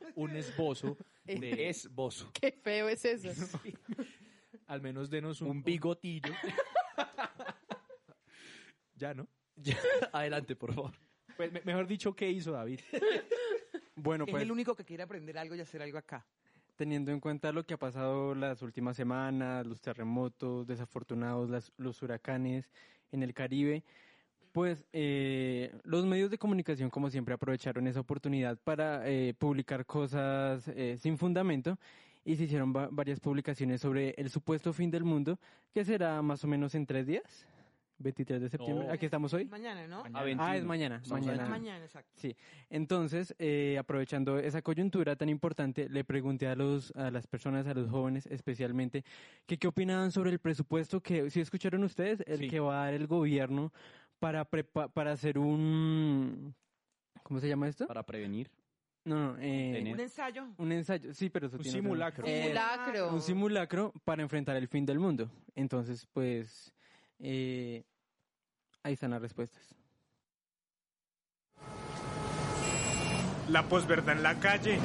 de Esbozo. Qué feo es eso. al menos denos Un bigotillo. Ya, ¿no? Adelante, por favor. Pues mejor dicho, ¿qué hizo David? Bueno, Es pues el único que quiere aprender algo y hacer algo acá. teniendo en cuenta lo que ha pasado las últimas semanas, los terremotos desafortunados, los huracanes en el Caribe, Pues los medios de comunicación, como siempre, aprovecharon esa oportunidad para publicar cosas sin fundamento y se hicieron varias publicaciones sobre el supuesto fin del mundo, que será más o menos en 3 días. 23 de septiembre, aquí estamos hoy. Mañana, ¿no? Es mañana. Mañana, exacto. Sí, entonces, aprovechando esa coyuntura tan importante, le pregunté a las personas, a los jóvenes especialmente, que qué opinaban sobre el presupuesto que, ¿sí escucharon ustedes? El que va a dar el gobierno para hacer un... ¿Cómo se llama esto? Para prevenir. No, un ensayo. Un ensayo, sí, pero eso Un tiene simulacro. un simulacro para enfrentar el fin del mundo. Entonces, pues... ahí están las respuestas. La posverdad en la calle.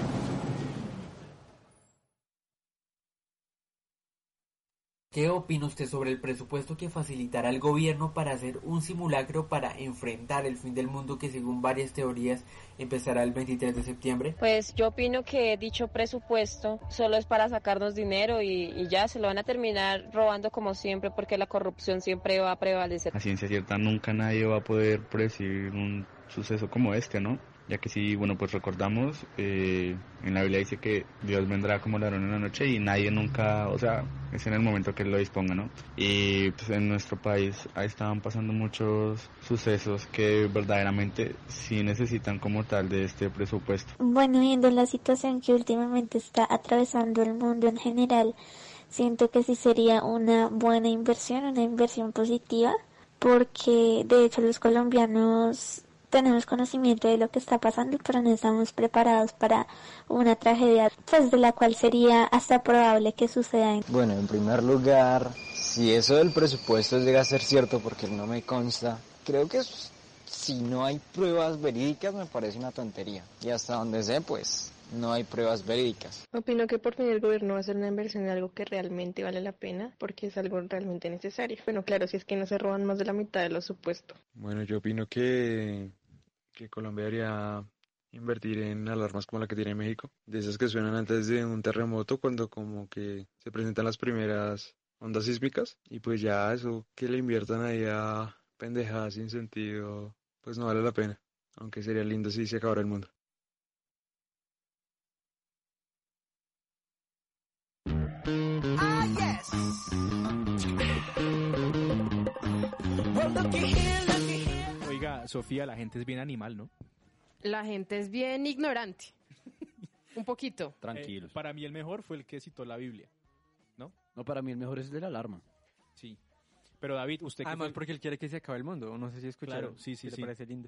¿Qué opina usted sobre el presupuesto que facilitará el gobierno para hacer un simulacro para enfrentar el fin del mundo que según varias teorías empezará el 23 de septiembre? Pues yo opino que dicho presupuesto solo es para sacarnos dinero y ya se lo van a terminar robando como siempre porque la corrupción siempre va a prevalecer. A ciencia cierta nunca nadie va a poder predecir un suceso como este, ¿no? Ya que si, bueno, pues recordamos, en la Biblia dice que Dios vendrá como ladrón en la noche y nadie nunca, o sea, es en el momento que Él lo disponga, ¿no? Y pues en nuestro país ahí estaban pasando muchos sucesos que verdaderamente sí necesitan como tal de este presupuesto. Bueno, viendo la situación que últimamente está atravesando el mundo en general, siento que sí sería una buena inversión, una inversión positiva, porque de hecho los colombianos tenemos conocimiento de lo que está pasando, pero no estamos preparados para una tragedia, pues de la cual sería hasta probable que suceda. Bueno, en primer lugar, si eso del presupuesto llega a ser cierto, porque no me consta, creo que si no hay pruebas verídicas me parece una tontería. Y hasta donde sé, pues no hay pruebas verídicas. Opino que por fin el gobierno va a hacer una inversión en algo que realmente vale la pena, porque es algo realmente necesario. Bueno, claro, si es que no se roban más de la mitad de lo supuesto. Bueno, yo opino que Colombia debería invertir en alarmas como la que tiene México, de esas que suenan antes de un terremoto, cuando como que se presentan las primeras ondas sísmicas, y pues ya eso que le inviertan ahí a pendejadas sin sentido, pues no vale la pena, aunque sería lindo si se acabara el mundo. Oiga, Sofía, la gente es bien animal, ¿no? La gente es bien ignorante. Un poquito. Tranquilos. Para mí el mejor fue el que citó la Biblia, ¿no? No, para mí el mejor es el de la alarma. Sí. Pero David, usted... Además, porque él quiere que se acabe el mundo. No sé si escucharon. Claro, sí. Le parece lindo.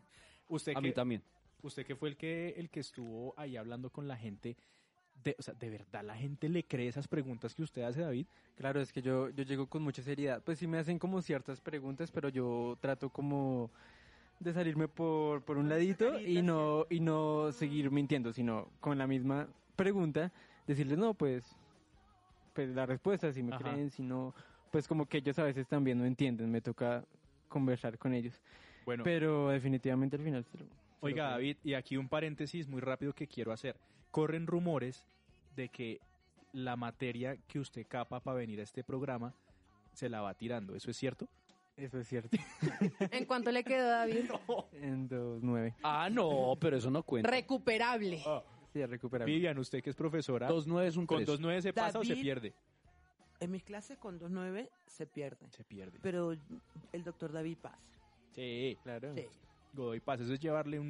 A mí también. Usted que fue el que estuvo ahí hablando con la gente... o sea, ¿de verdad la gente le cree esas preguntas que usted hace, David? Claro, es que yo llego con mucha seriedad. Pues sí me hacen como ciertas preguntas, pero yo trato como de salirme por un ladito y no seguir mintiendo, sino con la misma pregunta decirles, no, pues la respuesta, si me creen, si no, pues como que ellos a veces también no entienden, me toca conversar con ellos. Bueno, pero definitivamente al final... Oiga, David, y aquí un paréntesis muy rápido que quiero hacer. Corren rumores de que la materia que usted capa para venir a este programa se la va tirando. ¿Eso es cierto? Eso es cierto. ¿En cuánto le quedó, David? En 2.9. Ah, no, pero eso no cuenta. Recuperable. Sí, es recuperable. Vivian, usted que es profesora. 2.9 es un 3. ¿Con 2.9 se pasa David, o se pierde? En mis clases con 2.9 se pierde. Se pierde. Pero el doctor David pasa. Sí, claro. Sí. Godoy Paz, ¿eso es llevarle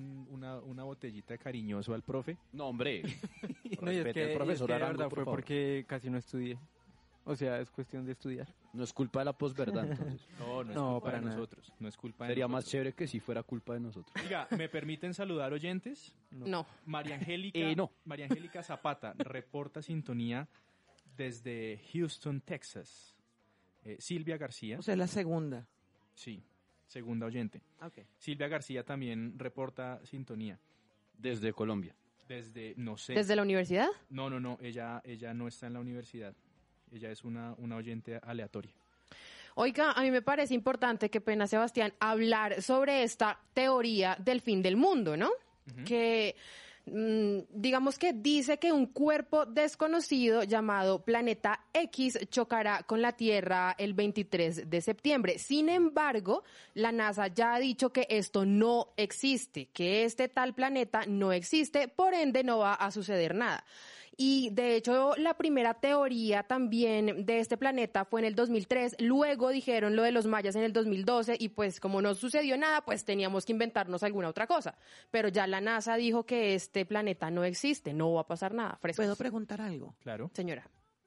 una botellita de cariñoso al profe? No, hombre. No, y es que, al profesor de Arango, verdad por fue favor. porque casi no estudié. O sea, es cuestión de estudiar. No es culpa de la posverdad, entonces. No es No, culpa para de nada. nosotros. No es culpa de Sería nosotros. más chévere que si fuera culpa de nosotros. Oiga, ¿me permiten saludar oyentes? No. María Angélica, no. María Angélica Zapata reporta sintonía desde Houston, Texas. Silvia García. O sea, la segunda. Sí, segunda oyente. Okay. Silvia García también reporta sintonía. Desde Colombia. Desde, no sé. ¿Desde la universidad? No, ella no está en la universidad. Ella es una oyente aleatoria. Oiga, a mí me parece importante, que pena Sebastián, hablar sobre esta teoría del fin del mundo, ¿no? Que digamos que dice que un cuerpo desconocido llamado Planeta X chocará con la Tierra el 23 de septiembre. Sin embargo, la NASA ya ha dicho que esto no existe, que este tal planeta no existe, por ende no va a suceder nada. Y de hecho, la primera teoría también de este planeta fue en el 2003, luego dijeron lo de los mayas en el 2012 y pues como no sucedió nada, pues teníamos que inventarnos alguna otra cosa. Pero ya la NASA dijo que este planeta no existe, no va a pasar nada. Frescos. ¿Puedo preguntar algo? Claro. Señora.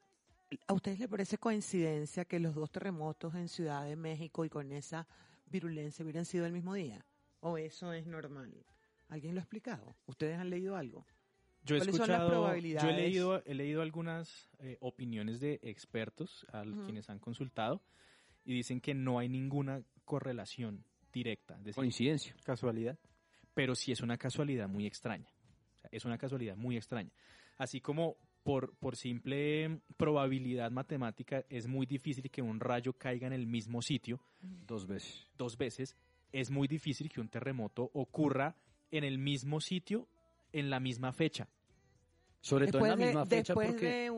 ¿A ustedes les parece coincidencia que los dos terremotos en Ciudad de México y con esa virulencia hubieran sido el mismo día? ¿O eso es normal? ¿Alguien lo ha explicado? ¿Ustedes han leído algo? Yo he ¿Cuáles son escuchado, las probabilidades? yo he leído algunas opiniones de expertos a quienes han consultado y dicen que no hay ninguna correlación directa. Es decir, coincidencia. Casualidad. Pero sí es una casualidad muy extraña. O sea, es una casualidad muy extraña. Así como por simple probabilidad matemática es muy difícil que un rayo caiga en el mismo sitio 2 veces. 2 veces, es muy difícil que un terremoto ocurra en el mismo sitio en la misma fecha. Sobre todo en la misma fecha después porque de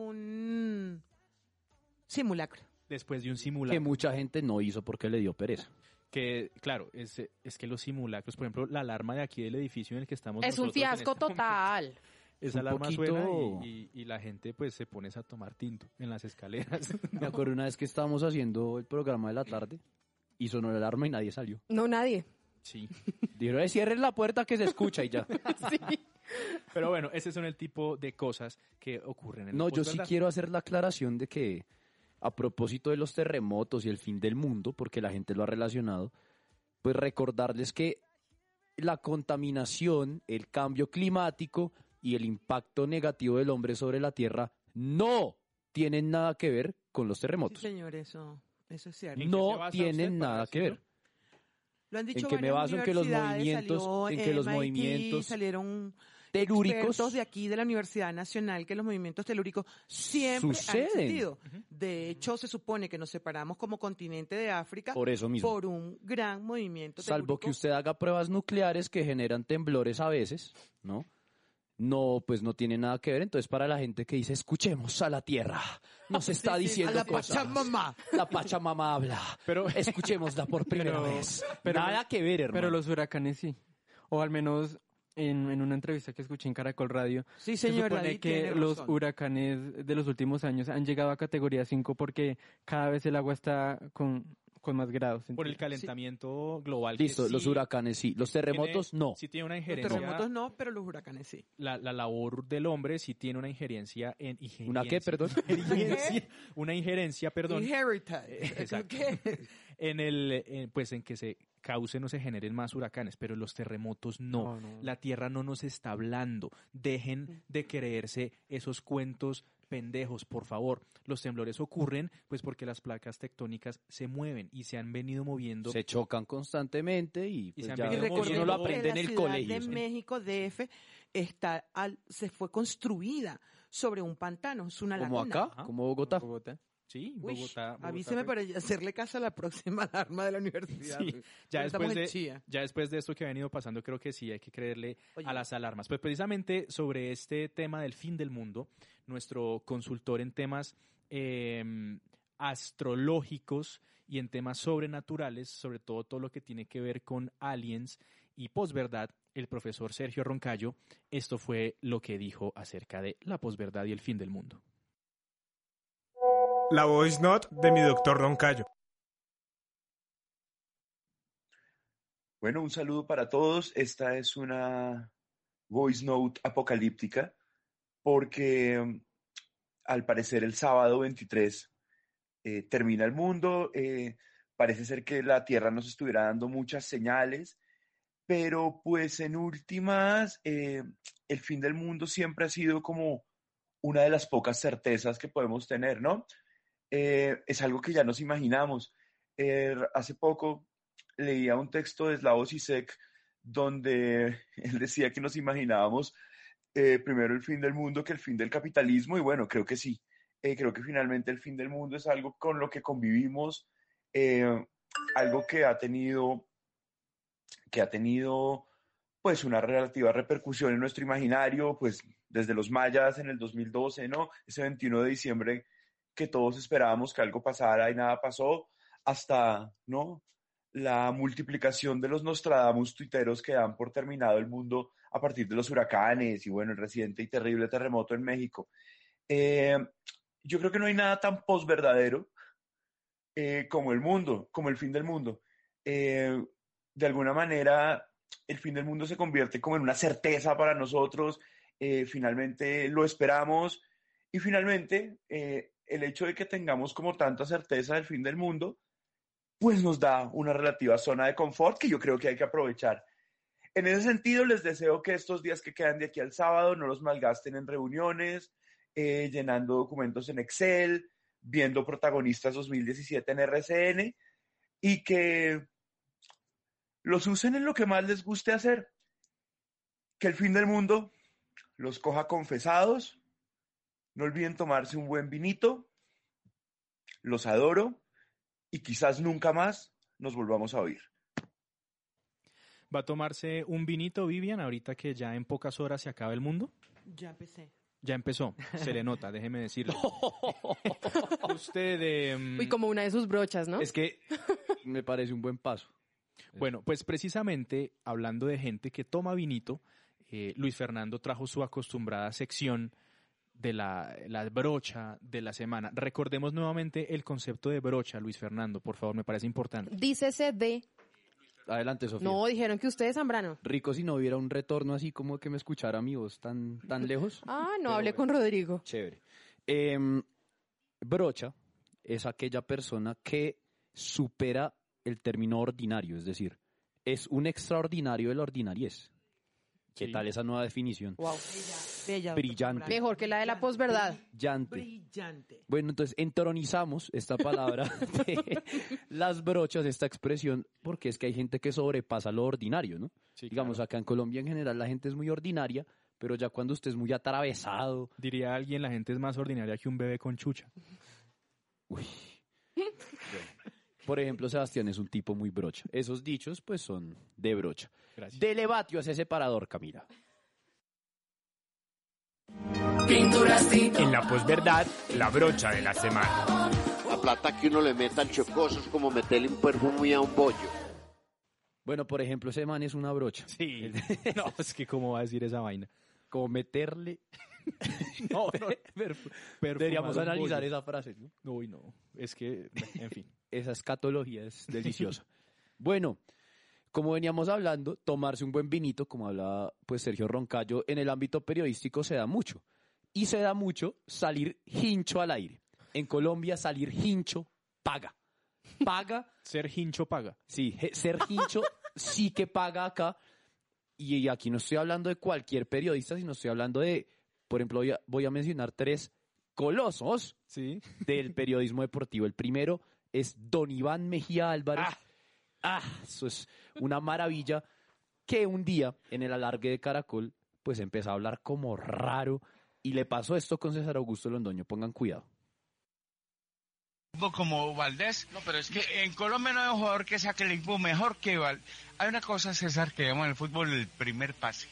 un simulacro. Después de un simulacro. que mucha gente no hizo porque le dio pereza. Que, claro, es que los simulacros, por ejemplo, la alarma de aquí del edificio en el que estamos Es un nosotros en fiasco este momento, total. esa Un alarma poquito- suena y la gente pues se pone a tomar tinto en las escaleras. Me acuerdo una vez que estábamos haciendo el programa de la tarde y sonó la alarma y nadie salió. No, nadie. Sí. Dijeron, cierren la puerta que se escucha y ya. Sí. Pero bueno, ese son el tipo de cosas que ocurren en No, el yo sí posverdad. quiero hacer la aclaración de que a propósito de los terremotos y el fin del mundo, porque la gente lo ha relacionado, pues recordarles que la contaminación, el cambio climático y el impacto negativo del hombre sobre la Tierra no tienen nada que ver con los terremotos. Sí, señor, eso es cierto. ¿En qué se No basa tienen usted para nada que decirlo? ver. Lo han dicho ¿En qué me varias baso? En que los universidades, movimientos- salió en que los MIT, movimientos salieron telúricos expertos de aquí de la Universidad Nacional que los movimientos telúricos siempre suceden. han existido. De hecho, se supone que nos separamos como continente de África Por eso mismo. por un gran movimiento Salvo telúrico. que usted haga pruebas nucleares que generan temblores a veces, ¿no? No, pues no tiene nada que ver. Entonces, para la gente que dice, escuchemos a la Tierra, nos está Sí, sí, diciendo a la cosas. Pachamama. La Pachamama habla. Pero- Escuchémosla por primera vez. pero- Nada que ver, hermano. Pero los huracanes sí. O al menos en una entrevista que escuché en Caracol Radio, Sí, se señor, supone David, que tiene los razón. huracanes de los últimos años han llegado a categoría 5 porque cada vez el agua está con más grados. Por el calentamiento global. Listo, que los sí huracanes sí. Los terremotos tiene- no. Sí tiene una Los injerencia. terremotos no, pero los huracanes sí. La labor del hombre sí tiene una injerencia en... ¿Una qué, perdón? Una injerencia, perdón. Inherited. Exacto. ¿Qué? Pues en que se causen o se generen más huracanes, pero los terremotos no. La Tierra no nos está hablando. Dejen de creerse esos cuentos pendejos, por favor. Los temblores ocurren pues porque las placas tectónicas se mueven y se han venido moviendo. Se chocan constantemente y, pues se han ya venido Y moviendo. uno lo recordemos aprende en que el la colegio. Ciudad de México, DF, se fue construida sobre un pantano, es una Como laguna. acá, como Bogotá. Sí, Uy, Bogotá. avíseme para hacerle caso a la próxima alarma de la universidad. Sí, ya Estamos después, en de, Chía. ya después de esto que ha venido pasando, creo que sí hay que creerle Oye. a las alarmas. Pues precisamente sobre este tema del fin del mundo, nuestro consultor en temas astrológicos y en temas sobrenaturales, sobre todo lo que tiene que ver con aliens y posverdad, el profesor Sergio Roncayo, esto fue lo que dijo acerca de la posverdad y el fin del mundo. La voice note de mi doctor Roncayo. Bueno, un saludo para todos. Esta es una voice note apocalíptica porque al parecer el sábado 23 termina el mundo. Parece ser que la Tierra nos estuviera dando muchas señales, pero pues en últimas el fin del mundo siempre ha sido como una de las pocas certezas que podemos tener, ¿no? Es algo que ya nos imaginamos. Hace poco leía un texto de Slavoj Žižek donde él decía que nos imaginábamos primero el fin del mundo que el fin del capitalismo, y bueno, creo que sí. Creo que finalmente el fin del mundo es algo con lo que convivimos, algo que ha tenido pues una relativa repercusión en nuestro imaginario, pues desde los mayas en el 2012, ¿no? Ese 21 de diciembre que todos esperábamos que algo pasara y nada pasó, hasta, ¿no?, la multiplicación de los Nostradamus tuiteros que dan por terminado el mundo a partir de los huracanes y, bueno, el reciente y terrible terremoto en México. Yo creo que no hay nada tan posverdadero como el mundo, como el fin del mundo. De alguna manera, el fin del mundo se convierte como en una certeza para nosotros, finalmente lo esperamos y finalmente el hecho de que tengamos como tanta certeza del fin del mundo, pues nos da una relativa zona de confort que yo creo que hay que aprovechar. En ese sentido, les deseo que estos días que quedan de aquí al sábado no los malgasten en reuniones, llenando documentos en Excel, viendo Protagonistas 2017 en RCN y que los usen en lo que más les guste hacer. Que el fin del mundo los coja confesados. No olviden tomarse un buen vinito. Los adoro y quizás nunca más nos volvamos a oír. ¿Va a tomarse un vinito, Vivian, ahorita que ya en pocas horas se acaba el mundo? Ya empecé. Ya empezó, se le nota, déjeme decirle. Usted... Uy, como una de sus brochas, ¿no? Es que me parece un buen paso. Bueno, pues precisamente hablando de gente que toma vinito, Luis Fernando trajo su acostumbrada sección de la brocha de la semana. Recordemos nuevamente el concepto de brocha, Luis Fernando, por favor, me parece importante. Dícese de... Adelante, Sofía. No, dijeron que usted es Zambrano. Rico si no hubiera un retorno así como que me escuchara mi voz tan lejos. Ah, no, hablé con Rodrigo. Chévere. Brocha es aquella persona que supera el término ordinario, es decir, es un extraordinario de la ordinariez. ¿Qué tal esa nueva definición? Wow. Bella. Brillante. Mejor que la de la posverdad. Brillante. Bueno, entonces entronizamos esta palabra de las brochas, esta expresión, porque es que hay gente que sobrepasa lo ordinario, ¿no? Sí, digamos, claro. acá en Colombia en general la gente es muy ordinaria, pero ya cuando usted es muy atravesado... Diría alguien, la gente es más ordinaria que un bebé con chucha. Uy. Bueno. Por ejemplo, Sebastián es un tipo muy brocha. Esos dichos, pues, son de brocha. Gracias. De Levatio hacia separador, Camila. En la posverdad, la brocha de la semana. La plata que uno le meta al chocoso es como meterle un perfume a un bollo. Bueno, por ejemplo, ese man es una brocha. Sí. No, es que cómo va a decir esa vaina. Como meterle... No, deberíamos analizar bollo. esa frase, ¿no? Uy, no. Es que, en fin. Esa escatología es deliciosa. Bueno, como veníamos hablando, tomarse un buen vinito, como hablaba pues Sergio Roncayo, en el ámbito periodístico se da mucho. Y se da mucho salir hincho al aire. En Colombia salir hincho paga. Paga. Ser hincho paga. Sí, ser hincho sí que paga acá. Y aquí no estoy hablando de cualquier periodista, sino estoy hablando de, por ejemplo, voy a mencionar 3 colosos del periodismo deportivo. El primero es don Iván Mejía Álvarez. Eso es una maravilla, que un día en el alargue de Caracol pues empezó a hablar como raro y le pasó esto con César Augusto Londoño. Pongan cuidado. Como Valdés, no, pero es que en Colombia no hay un jugador que saque el equipo mejor que Valdés. Hay una cosa, César, que llaman en el fútbol el primer pase.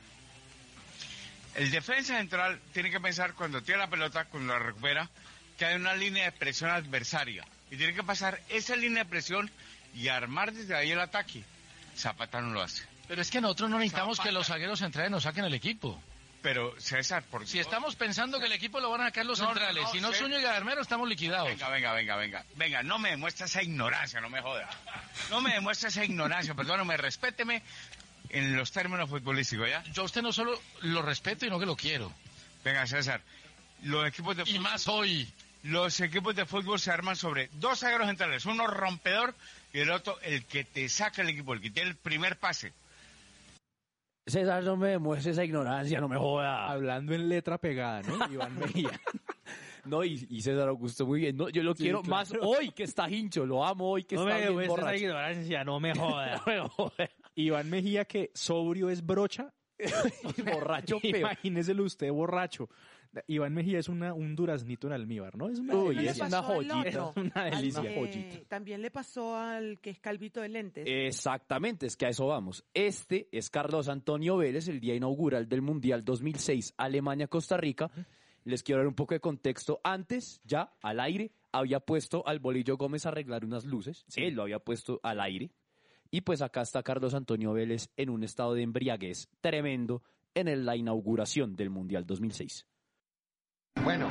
El defensa central tiene que pensar cuando tiene la pelota, cuando la recupera, que hay una línea de presión adversaria. Y tiene que pasar esa línea de presión y armar desde ahí el ataque. Zapata no lo hace. Pero es que nosotros no necesitamos que los zagueros centrales nos saquen el equipo. Pero, César, ¿por qué? Si estamos pensando que el equipo lo van a sacar los centrales, si no César. Zúñiga y Armero, estamos liquidados. Venga, no me demuestres esa ignorancia, no me jodas. No me demuestres esa ignorancia, perdóname, respéteme en los términos futbolísticos, ¿ya? Yo a usted no solo lo respeto, sino que lo quiero. Venga, César, los equipos de fútbol... Y más hoy. Los equipos de fútbol se arman sobre 2 zagueros centrales, uno rompedor y el otro el que te saca el equipo, el que tiene el primer pase. César, no me demuestre esa ignorancia, no me joda. Hablando en letra pegada, ¿no? Iván Mejía. No, y César Augusto muy bien. No, yo lo quiero claro. más hoy que está hincho, lo amo hoy que está bien borracho. Ignorancia, no me joda. Iván Mejía, que sobrio es brocha, Borracho peor. Imagíneselo usted borracho. Iván Mejía es un duraznito en almíbar, ¿no? Es una Uy, delicia. es una joyita. Es una delicia. También le pasó al que es calvito de lentes. Exactamente, es que a eso vamos. Este es Carlos Antonio Vélez, el día inaugural del Mundial 2006, Alemania-Costa Rica. Les quiero dar un poco de contexto. Antes, ya, al aire, había puesto al Bolillo Gómez a arreglar unas luces. Él lo había puesto al aire. Y pues acá está Carlos Antonio Vélez en un estado de embriaguez tremendo en la inauguración del Mundial 2006. Bueno.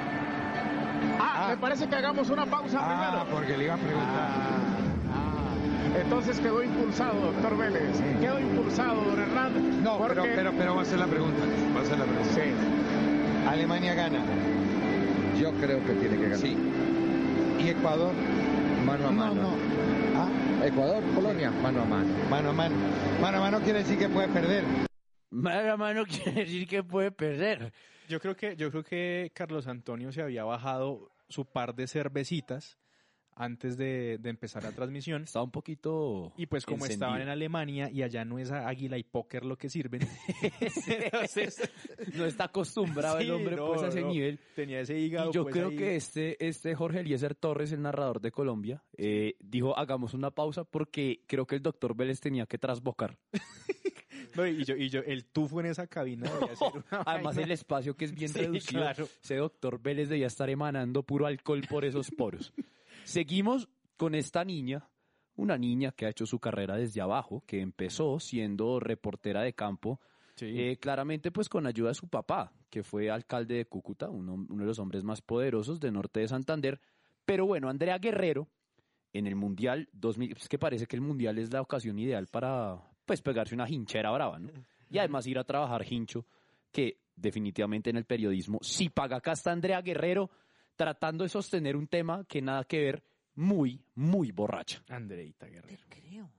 Me parece que hagamos una pausa primero. Porque le iba a preguntar. Entonces quedó impulsado, doctor Vélez. Sí. Quedó impulsado, don Hernán. No, porque... pero va a ser la pregunta. Sí. Alemania gana. Yo creo que tiene que ganar. Sí. ¿Y Ecuador? Mano a mano. No. Ecuador, Polonia, mano a mano. Mano a mano. Mano a mano quiere decir que puede perder. Mano a mano quiere decir que puede perder. Yo creo que Carlos Antonio se había bajado su par de cervecitas antes de empezar la transmisión. Estaba un poquito y pues como encendido. estaban en Alemania y allá no es águila y póker lo que sirven. Entonces, no está acostumbrado el hombre pues a ese nivel. Tenía ese hígado. Y yo pues, creo ahí. que este Jorge Eliezer Torres, el narrador de Colombia, dijo hagamos una pausa porque creo que el doctor Vélez tenía que trasbocar. No, y yo, el tufo en esa cabina debía ser una Además vaina. el espacio que es bien Sí, reducido, claro. ese doctor Vélez debía estar emanando puro alcohol por esos poros. Seguimos con esta niña, una niña que ha hecho su carrera desde abajo, que empezó siendo reportera de campo, claramente pues con ayuda de su papá, que fue alcalde de Cúcuta, uno de los hombres más poderosos del norte de Santander. Pero bueno, Andrea Guerrero, en el Mundial 2000, es que parece que el Mundial es la ocasión ideal para pues pegarse una hinchera brava, ¿no? Y además ir a trabajar hincho, que definitivamente en el periodismo sí paga. Acá está Andrea Guerrero tratando de sostener un tema que nada que ver, muy, muy borracha. Andreita Guerrero. Creo.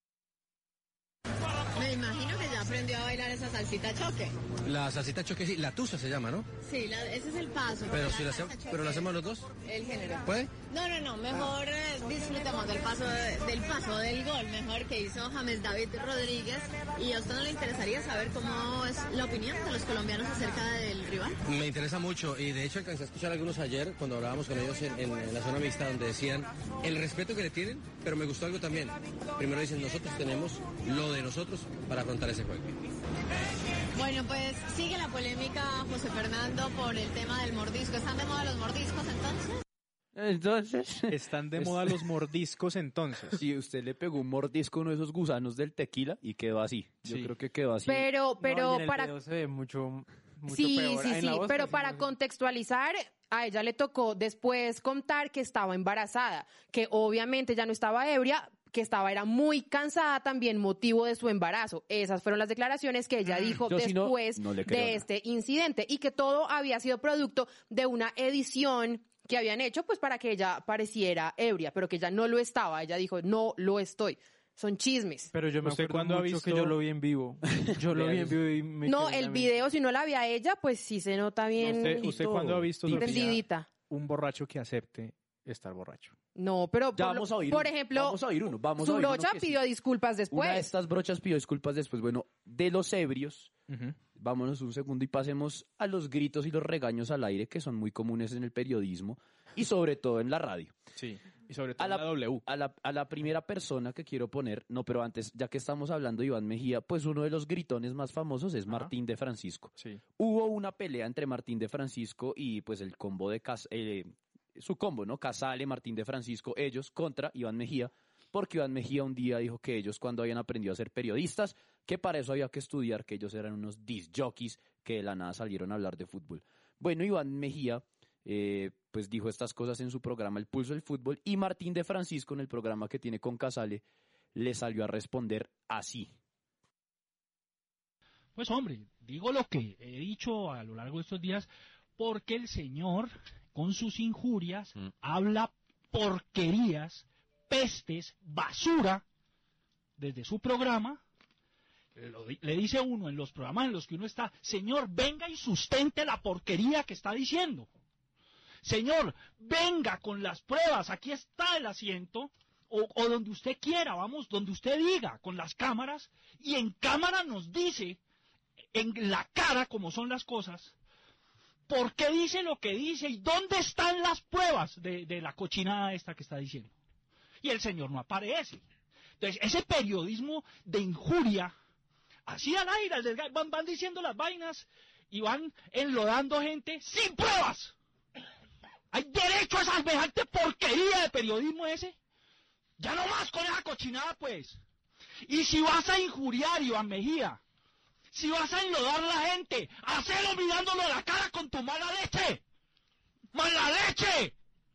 Me imagino que ya aprendió a bailar esa salsita choque. La salsita choque, sí, la tusa se llama, ¿no? Sí, ese es el paso. Pero si la hacemos los dos. El género. ¿Puede? No, mejor disfrutemos del paso del gol, mejor que hizo James David Rodríguez. ¿Y a usted no le interesaría saber cómo es la opinión de los colombianos acerca del rival? Me interesa mucho y de hecho alcancé a escuchar algunos ayer cuando hablábamos con ellos en la zona mixta donde decían el respeto que le tienen, pero me gustó algo también. Primero dicen nosotros tenemos lo de nosotros para afrontar ese juego. Bueno, pues sigue la polémica, José Fernando, por el tema del mordisco. ¿Están de moda los mordiscos entonces? Están de moda los mordiscos entonces. Si usted le pegó un mordisco a uno de esos gusanos del tequila y quedó así. Yo creo que quedó así. Pero No, y en el para... video se ve mucho Sí, peor. sí, En sí, la voz, pero pues, para contextualizar, a ella le tocó después contar que estaba embarazada, que obviamente ya no estaba ebria, que era muy cansada también, motivo de su embarazo. Esas fueron las declaraciones que ella dijo Yo, si no, después no le creo de nada. este incidente, y que todo había sido producto de una edición que habían hecho pues para que ella pareciera ebria, pero que ella no lo estaba. Ella dijo, no lo estoy. Son chismes. Pero yo me ¿Usted acuerdo cuándo ha mucho visto? que yo lo vi en vivo. Yo lo vi en vivo y me No, quedé el también. video, si no la vi a ella, pues sí se nota bien. ¿Usted cuándo ha visto, Sofía, prendidita? un borracho que acepte estar borracho? No, pero Ya vamos a oír por uno. ejemplo, Vamos a oír uno. Vamos a su oír uno brocha que sí. pidió disculpas después. Una de estas brochas pidió disculpas después. Bueno, de los ebrios, vámonos un segundo y pasemos a los gritos y los regaños al aire que son muy comunes en el periodismo y sobre todo en la radio. Sí, y sobre todo en la W. A la primera persona que quiero poner, no, pero antes, ya que estamos hablando de Iván Mejía, pues uno de los gritones más famosos es Martín de Francisco. Sí. Hubo una pelea entre Martín de Francisco y pues el combo de su combo, ¿no? Casale, Martín de Francisco, ellos contra Iván Mejía, porque Iván Mejía un día dijo que ellos cuando habían aprendido a ser periodistas, que para eso había que estudiar, que ellos eran unos disc jockeys que de la nada salieron a hablar de fútbol. Bueno, Iván Mejía pues dijo estas cosas en su programa El Pulso del Fútbol, y Martín de Francisco en el programa que tiene con Casale le salió a responder así. Pues hombre, digo lo que he dicho a lo largo de estos días, porque el señor, con sus injurias, habla porquerías, pestes, basura, desde su programa. Le dice uno en los programas en los que uno está, señor, venga y sustente la porquería que está diciendo. Señor, venga con las pruebas, aquí está el asiento, o donde usted quiera, vamos, donde usted diga, con las cámaras, y en cámara nos dice en la cara como son las cosas, por qué dice lo que dice y dónde están las pruebas de la cochinada esta que está diciendo. Y el señor no aparece. Entonces, ese periodismo de injuria, así al aire, van diciendo las vainas y van enlodando gente sin pruebas. ¿Hay derecho a esa semejante porquería de periodismo ese? Ya no más con esa cochinada, pues. Y si vas a injuriar, Iván Mejía, si vas a enlodar a la gente, hacelo mirándolo a la cara con tu mala leche. ¡Mala leche!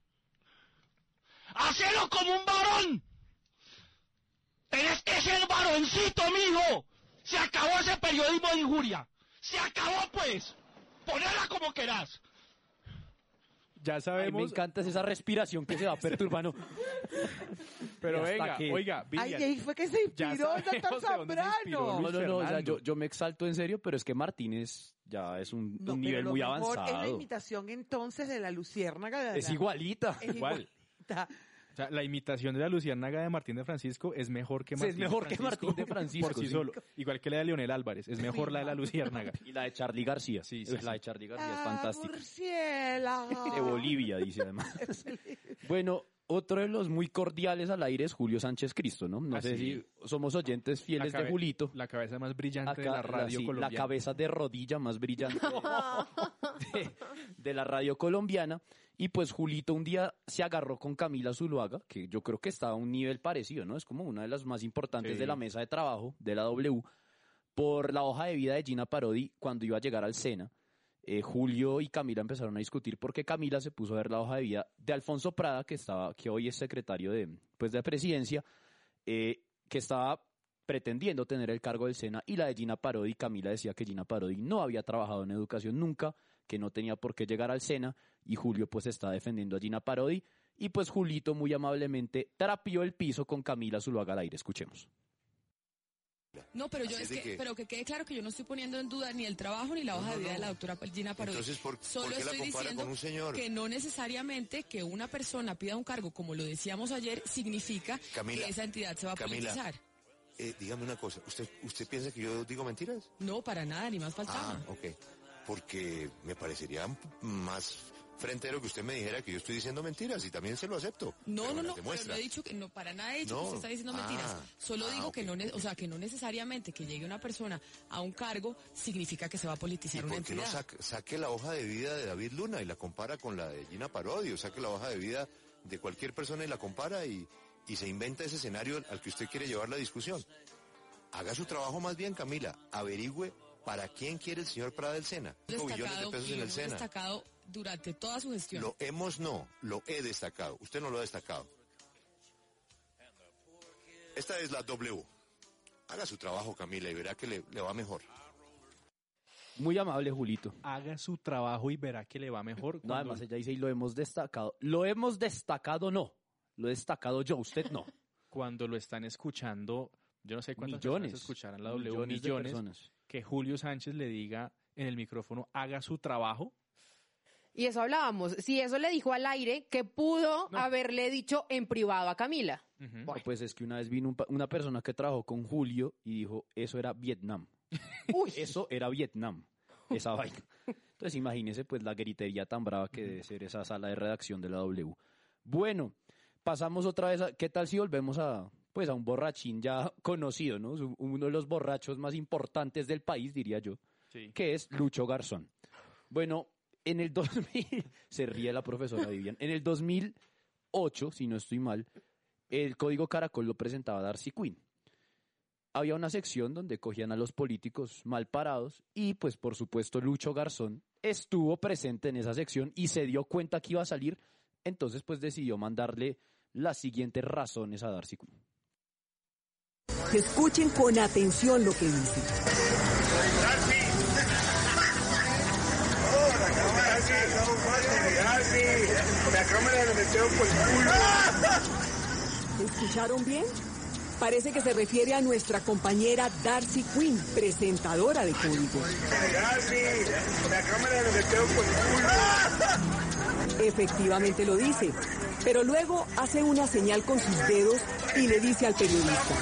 ¡Hacelo como un varón! ¡Tenés que ser varoncito, mijo! Se acabó ese periodismo de injuria. ¡Se acabó, pues! Ponela como querás. Ya sabemos. Me encanta esa respiración que se va perturbando. Pero venga, oiga, Vivian, ahí fue que se inspiró el doctor Zambrano. No, o sea, yo me exalto en serio, pero es que Martínez ya es un nivel muy avanzado. Es la imitación entonces de la luciérnaga. Es igualita. Igual. O sea, la imitación de la luciérnaga de Martín de Francisco es mejor que Martín, es mejor que Martín de Francisco por sí solo. Igual que la de Leonel Álvarez, es mejor la de la luciérnaga. Y la de Charly García. Sí. La de Charly García es fantástica. Murciélago. De Bolivia, dice además. Bueno, otro de los muy cordiales al aire es Julio Sánchez Cristo, ¿no? No sé si somos oyentes fieles de Julito. La cabeza más brillante de la radio colombiana. La cabeza de rodilla más brillante de la radio colombiana. Y pues Julito un día se agarró con Camila Zuluaga, que yo creo que está a un nivel parecido, ¿no? Es como una de las más importantes de la mesa de trabajo de la W, por la hoja de vida de Gina Parodi cuando iba a llegar al SENA. Julio y Camila empezaron a discutir porque Camila se puso a ver la hoja de vida de Alfonso Prada, que hoy es secretario de presidencia, que estaba pretendiendo tener el cargo del SENA, y la de Gina Parodi. Camila decía que Gina Parodi no había trabajado en educación nunca, que no tenía por qué llegar al SENA, y Julio pues está defendiendo a Gina Parodi, y pues Julito muy amablemente trapió el piso con Camila Zuluaga al aire. Escuchemos. No, pero pero que quede claro que yo no estoy poniendo en duda ni el trabajo ni la hoja de vida de la doctora Gina Parodi. Entonces, Solo ¿por qué la estoy compara diciendo con un señor? Que no necesariamente que una persona pida un cargo, como lo decíamos ayer, significa que esa entidad se va a politizar. Dígame una cosa, ¿usted piensa que yo digo mentiras? No, para nada, ni más faltaba. Ok, porque me parecería más frentero que usted me dijera que yo estoy diciendo mentiras, y también se lo acepto. No, pero no he dicho que, no, para nada he dicho que usted está diciendo mentiras. Solo digo que no necesariamente que llegue una persona a un cargo significa que se va a politizar una entidad. ¿Por qué no saque la hoja de vida de David Luna y la compara con la de Gina Parodi? O saque la hoja de vida de cualquier persona y la compara y se inventa ese escenario al que usted quiere llevar la discusión. Haga su trabajo más bien, Camila. Averigüe para quién quiere el señor Prada del SENA. 5 billones de pesos en el SENA. Destacado durante toda su gestión. Lo he destacado. Usted no lo ha destacado. Esta es la W. Haga su trabajo, Camila, y verá que le va mejor. Muy amable, Julito. Haga su trabajo y verá que le va mejor. No, además ella dice, y lo hemos destacado. Lo hemos destacado, no. Lo he destacado yo, usted no. Cuando lo están escuchando, yo no sé cuántas millones personas escucharán la W, millones, que Julio Sánchez le diga en el micrófono, haga su trabajo. Y eso hablábamos. Si eso le dijo al aire, ¿qué pudo haberle dicho en privado a Camila? Bueno. Pues es que una vez vino una persona que trabajó con Julio y dijo, eso era Vietnam. Eso era Vietnam, esa vaina. Entonces imagínese pues la gritería tan brava que debe ser esa sala de redacción de la W. Bueno, pasamos otra vez ¿qué tal si volvemos a un borrachín ya conocido, ¿no? Uno de los borrachos más importantes del país, diría yo, que es Lucho Garzón. Bueno, en el 2000, se ríe la profesora Vivian, en el 2008, si no estoy mal, el Código Caracol lo presentaba Darcy Quinn. Había una sección donde cogían a los políticos mal parados y pues por supuesto Lucho Garzón estuvo presente en esa sección y se dio cuenta que iba a salir, entonces pues decidió mandarle las siguientes razones a Darcy Quinn. Escuchen con atención lo que dice. ¿Escucharon bien? Parece que se refiere a nuestra compañera Darcy Quinn, presentadora de Código. Efectivamente lo dice. pero luego hace una señal con sus dedos y le dice al periodista: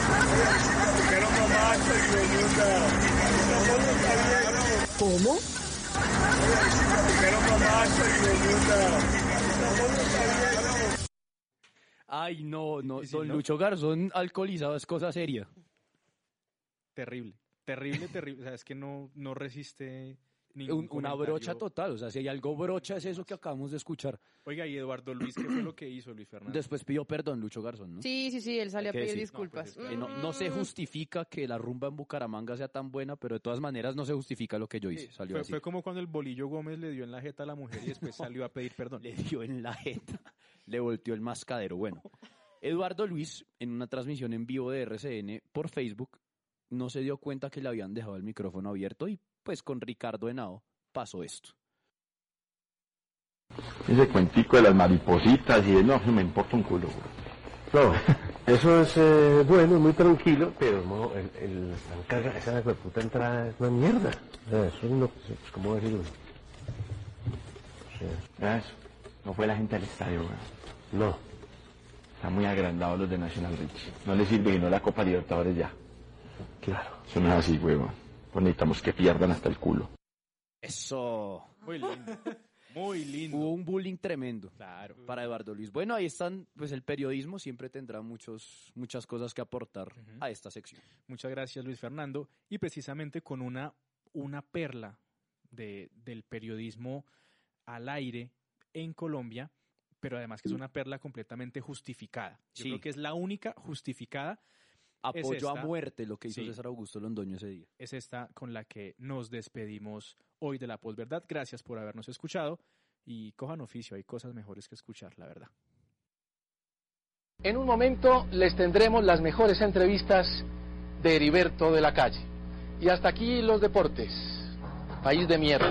¿Cómo? Ay, no, don Lucho Garzón alcoholizado es cosa seria. Terrible. O sea, es que no resiste una brocha total, o sea, si hay algo brocha es eso que acabamos de escuchar. Oiga, ¿y Eduardo Luis qué fue lo que hizo, Luis Fernando? Después pidió perdón, Lucho Garzón, ¿no? Sí, él salió a pedir disculpas. No se justifica que la rumba en Bucaramanga sea tan buena, pero de todas maneras no se justifica lo que yo hice. Fue como cuando el Bolillo Gómez le dio en la jeta a la mujer y después salió a pedir perdón. Le dio en la jeta, le volteó el mascadero. Bueno, Eduardo Luis, en una transmisión en vivo de RCN por Facebook, no se dio cuenta que le habían dejado el micrófono abierto y pues con Ricardo Henao pasó esto. Ese cuentico de las maripositas y de no me importa un culo. No, eso es bueno, muy tranquilo, pero no, la carga, esa puta entrada es una mierda. Eso no, pues, ¿cómo decirlo? Eso, no fue la gente al estadio, güey. No. Están muy agrandados los de National Rich. No les sirve sino la Copa Libertadores ya. Claro. Eso no es así, huevón. Pues necesitamos que pierdan hasta el culo. Eso. Muy lindo. Muy lindo. Hubo un bullying tremendo, claro, para Eduardo Luis. Bueno, ahí están, pues el periodismo siempre tendrá muchas cosas que aportar a esta sección. Muchas gracias, Luis Fernando. Y precisamente con una perla del periodismo al aire en Colombia, pero además que es una perla completamente justificada. Yo creo que es la única justificada. Apoyo a muerte lo que hizo César Augusto Londoño ese día. Es esta con la que nos despedimos hoy de La Posverdad. Gracias por habernos escuchado y cojan oficio, hay cosas mejores que escuchar, la verdad. En un momento les tendremos las mejores entrevistas de Heriberto de la Calle. Y hasta aquí los deportes. País de mierda.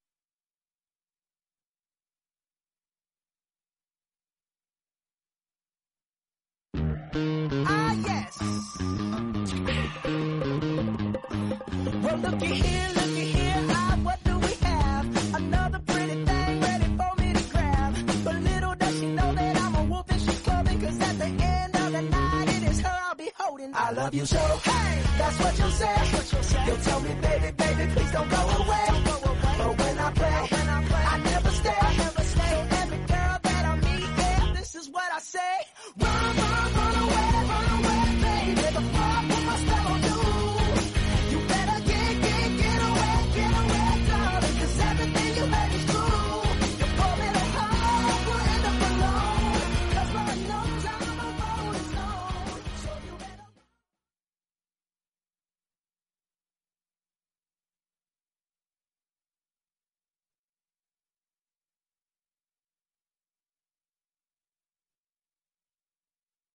Well, looky here, what do we have? Another pretty thing ready for me to grab. But little does she know that I'm a wolf and she's coming, 'cause at the end of the night, it is her I'll be holding. I love you so, hey, that's what you'll say. You'll tell me, baby, please don't go away.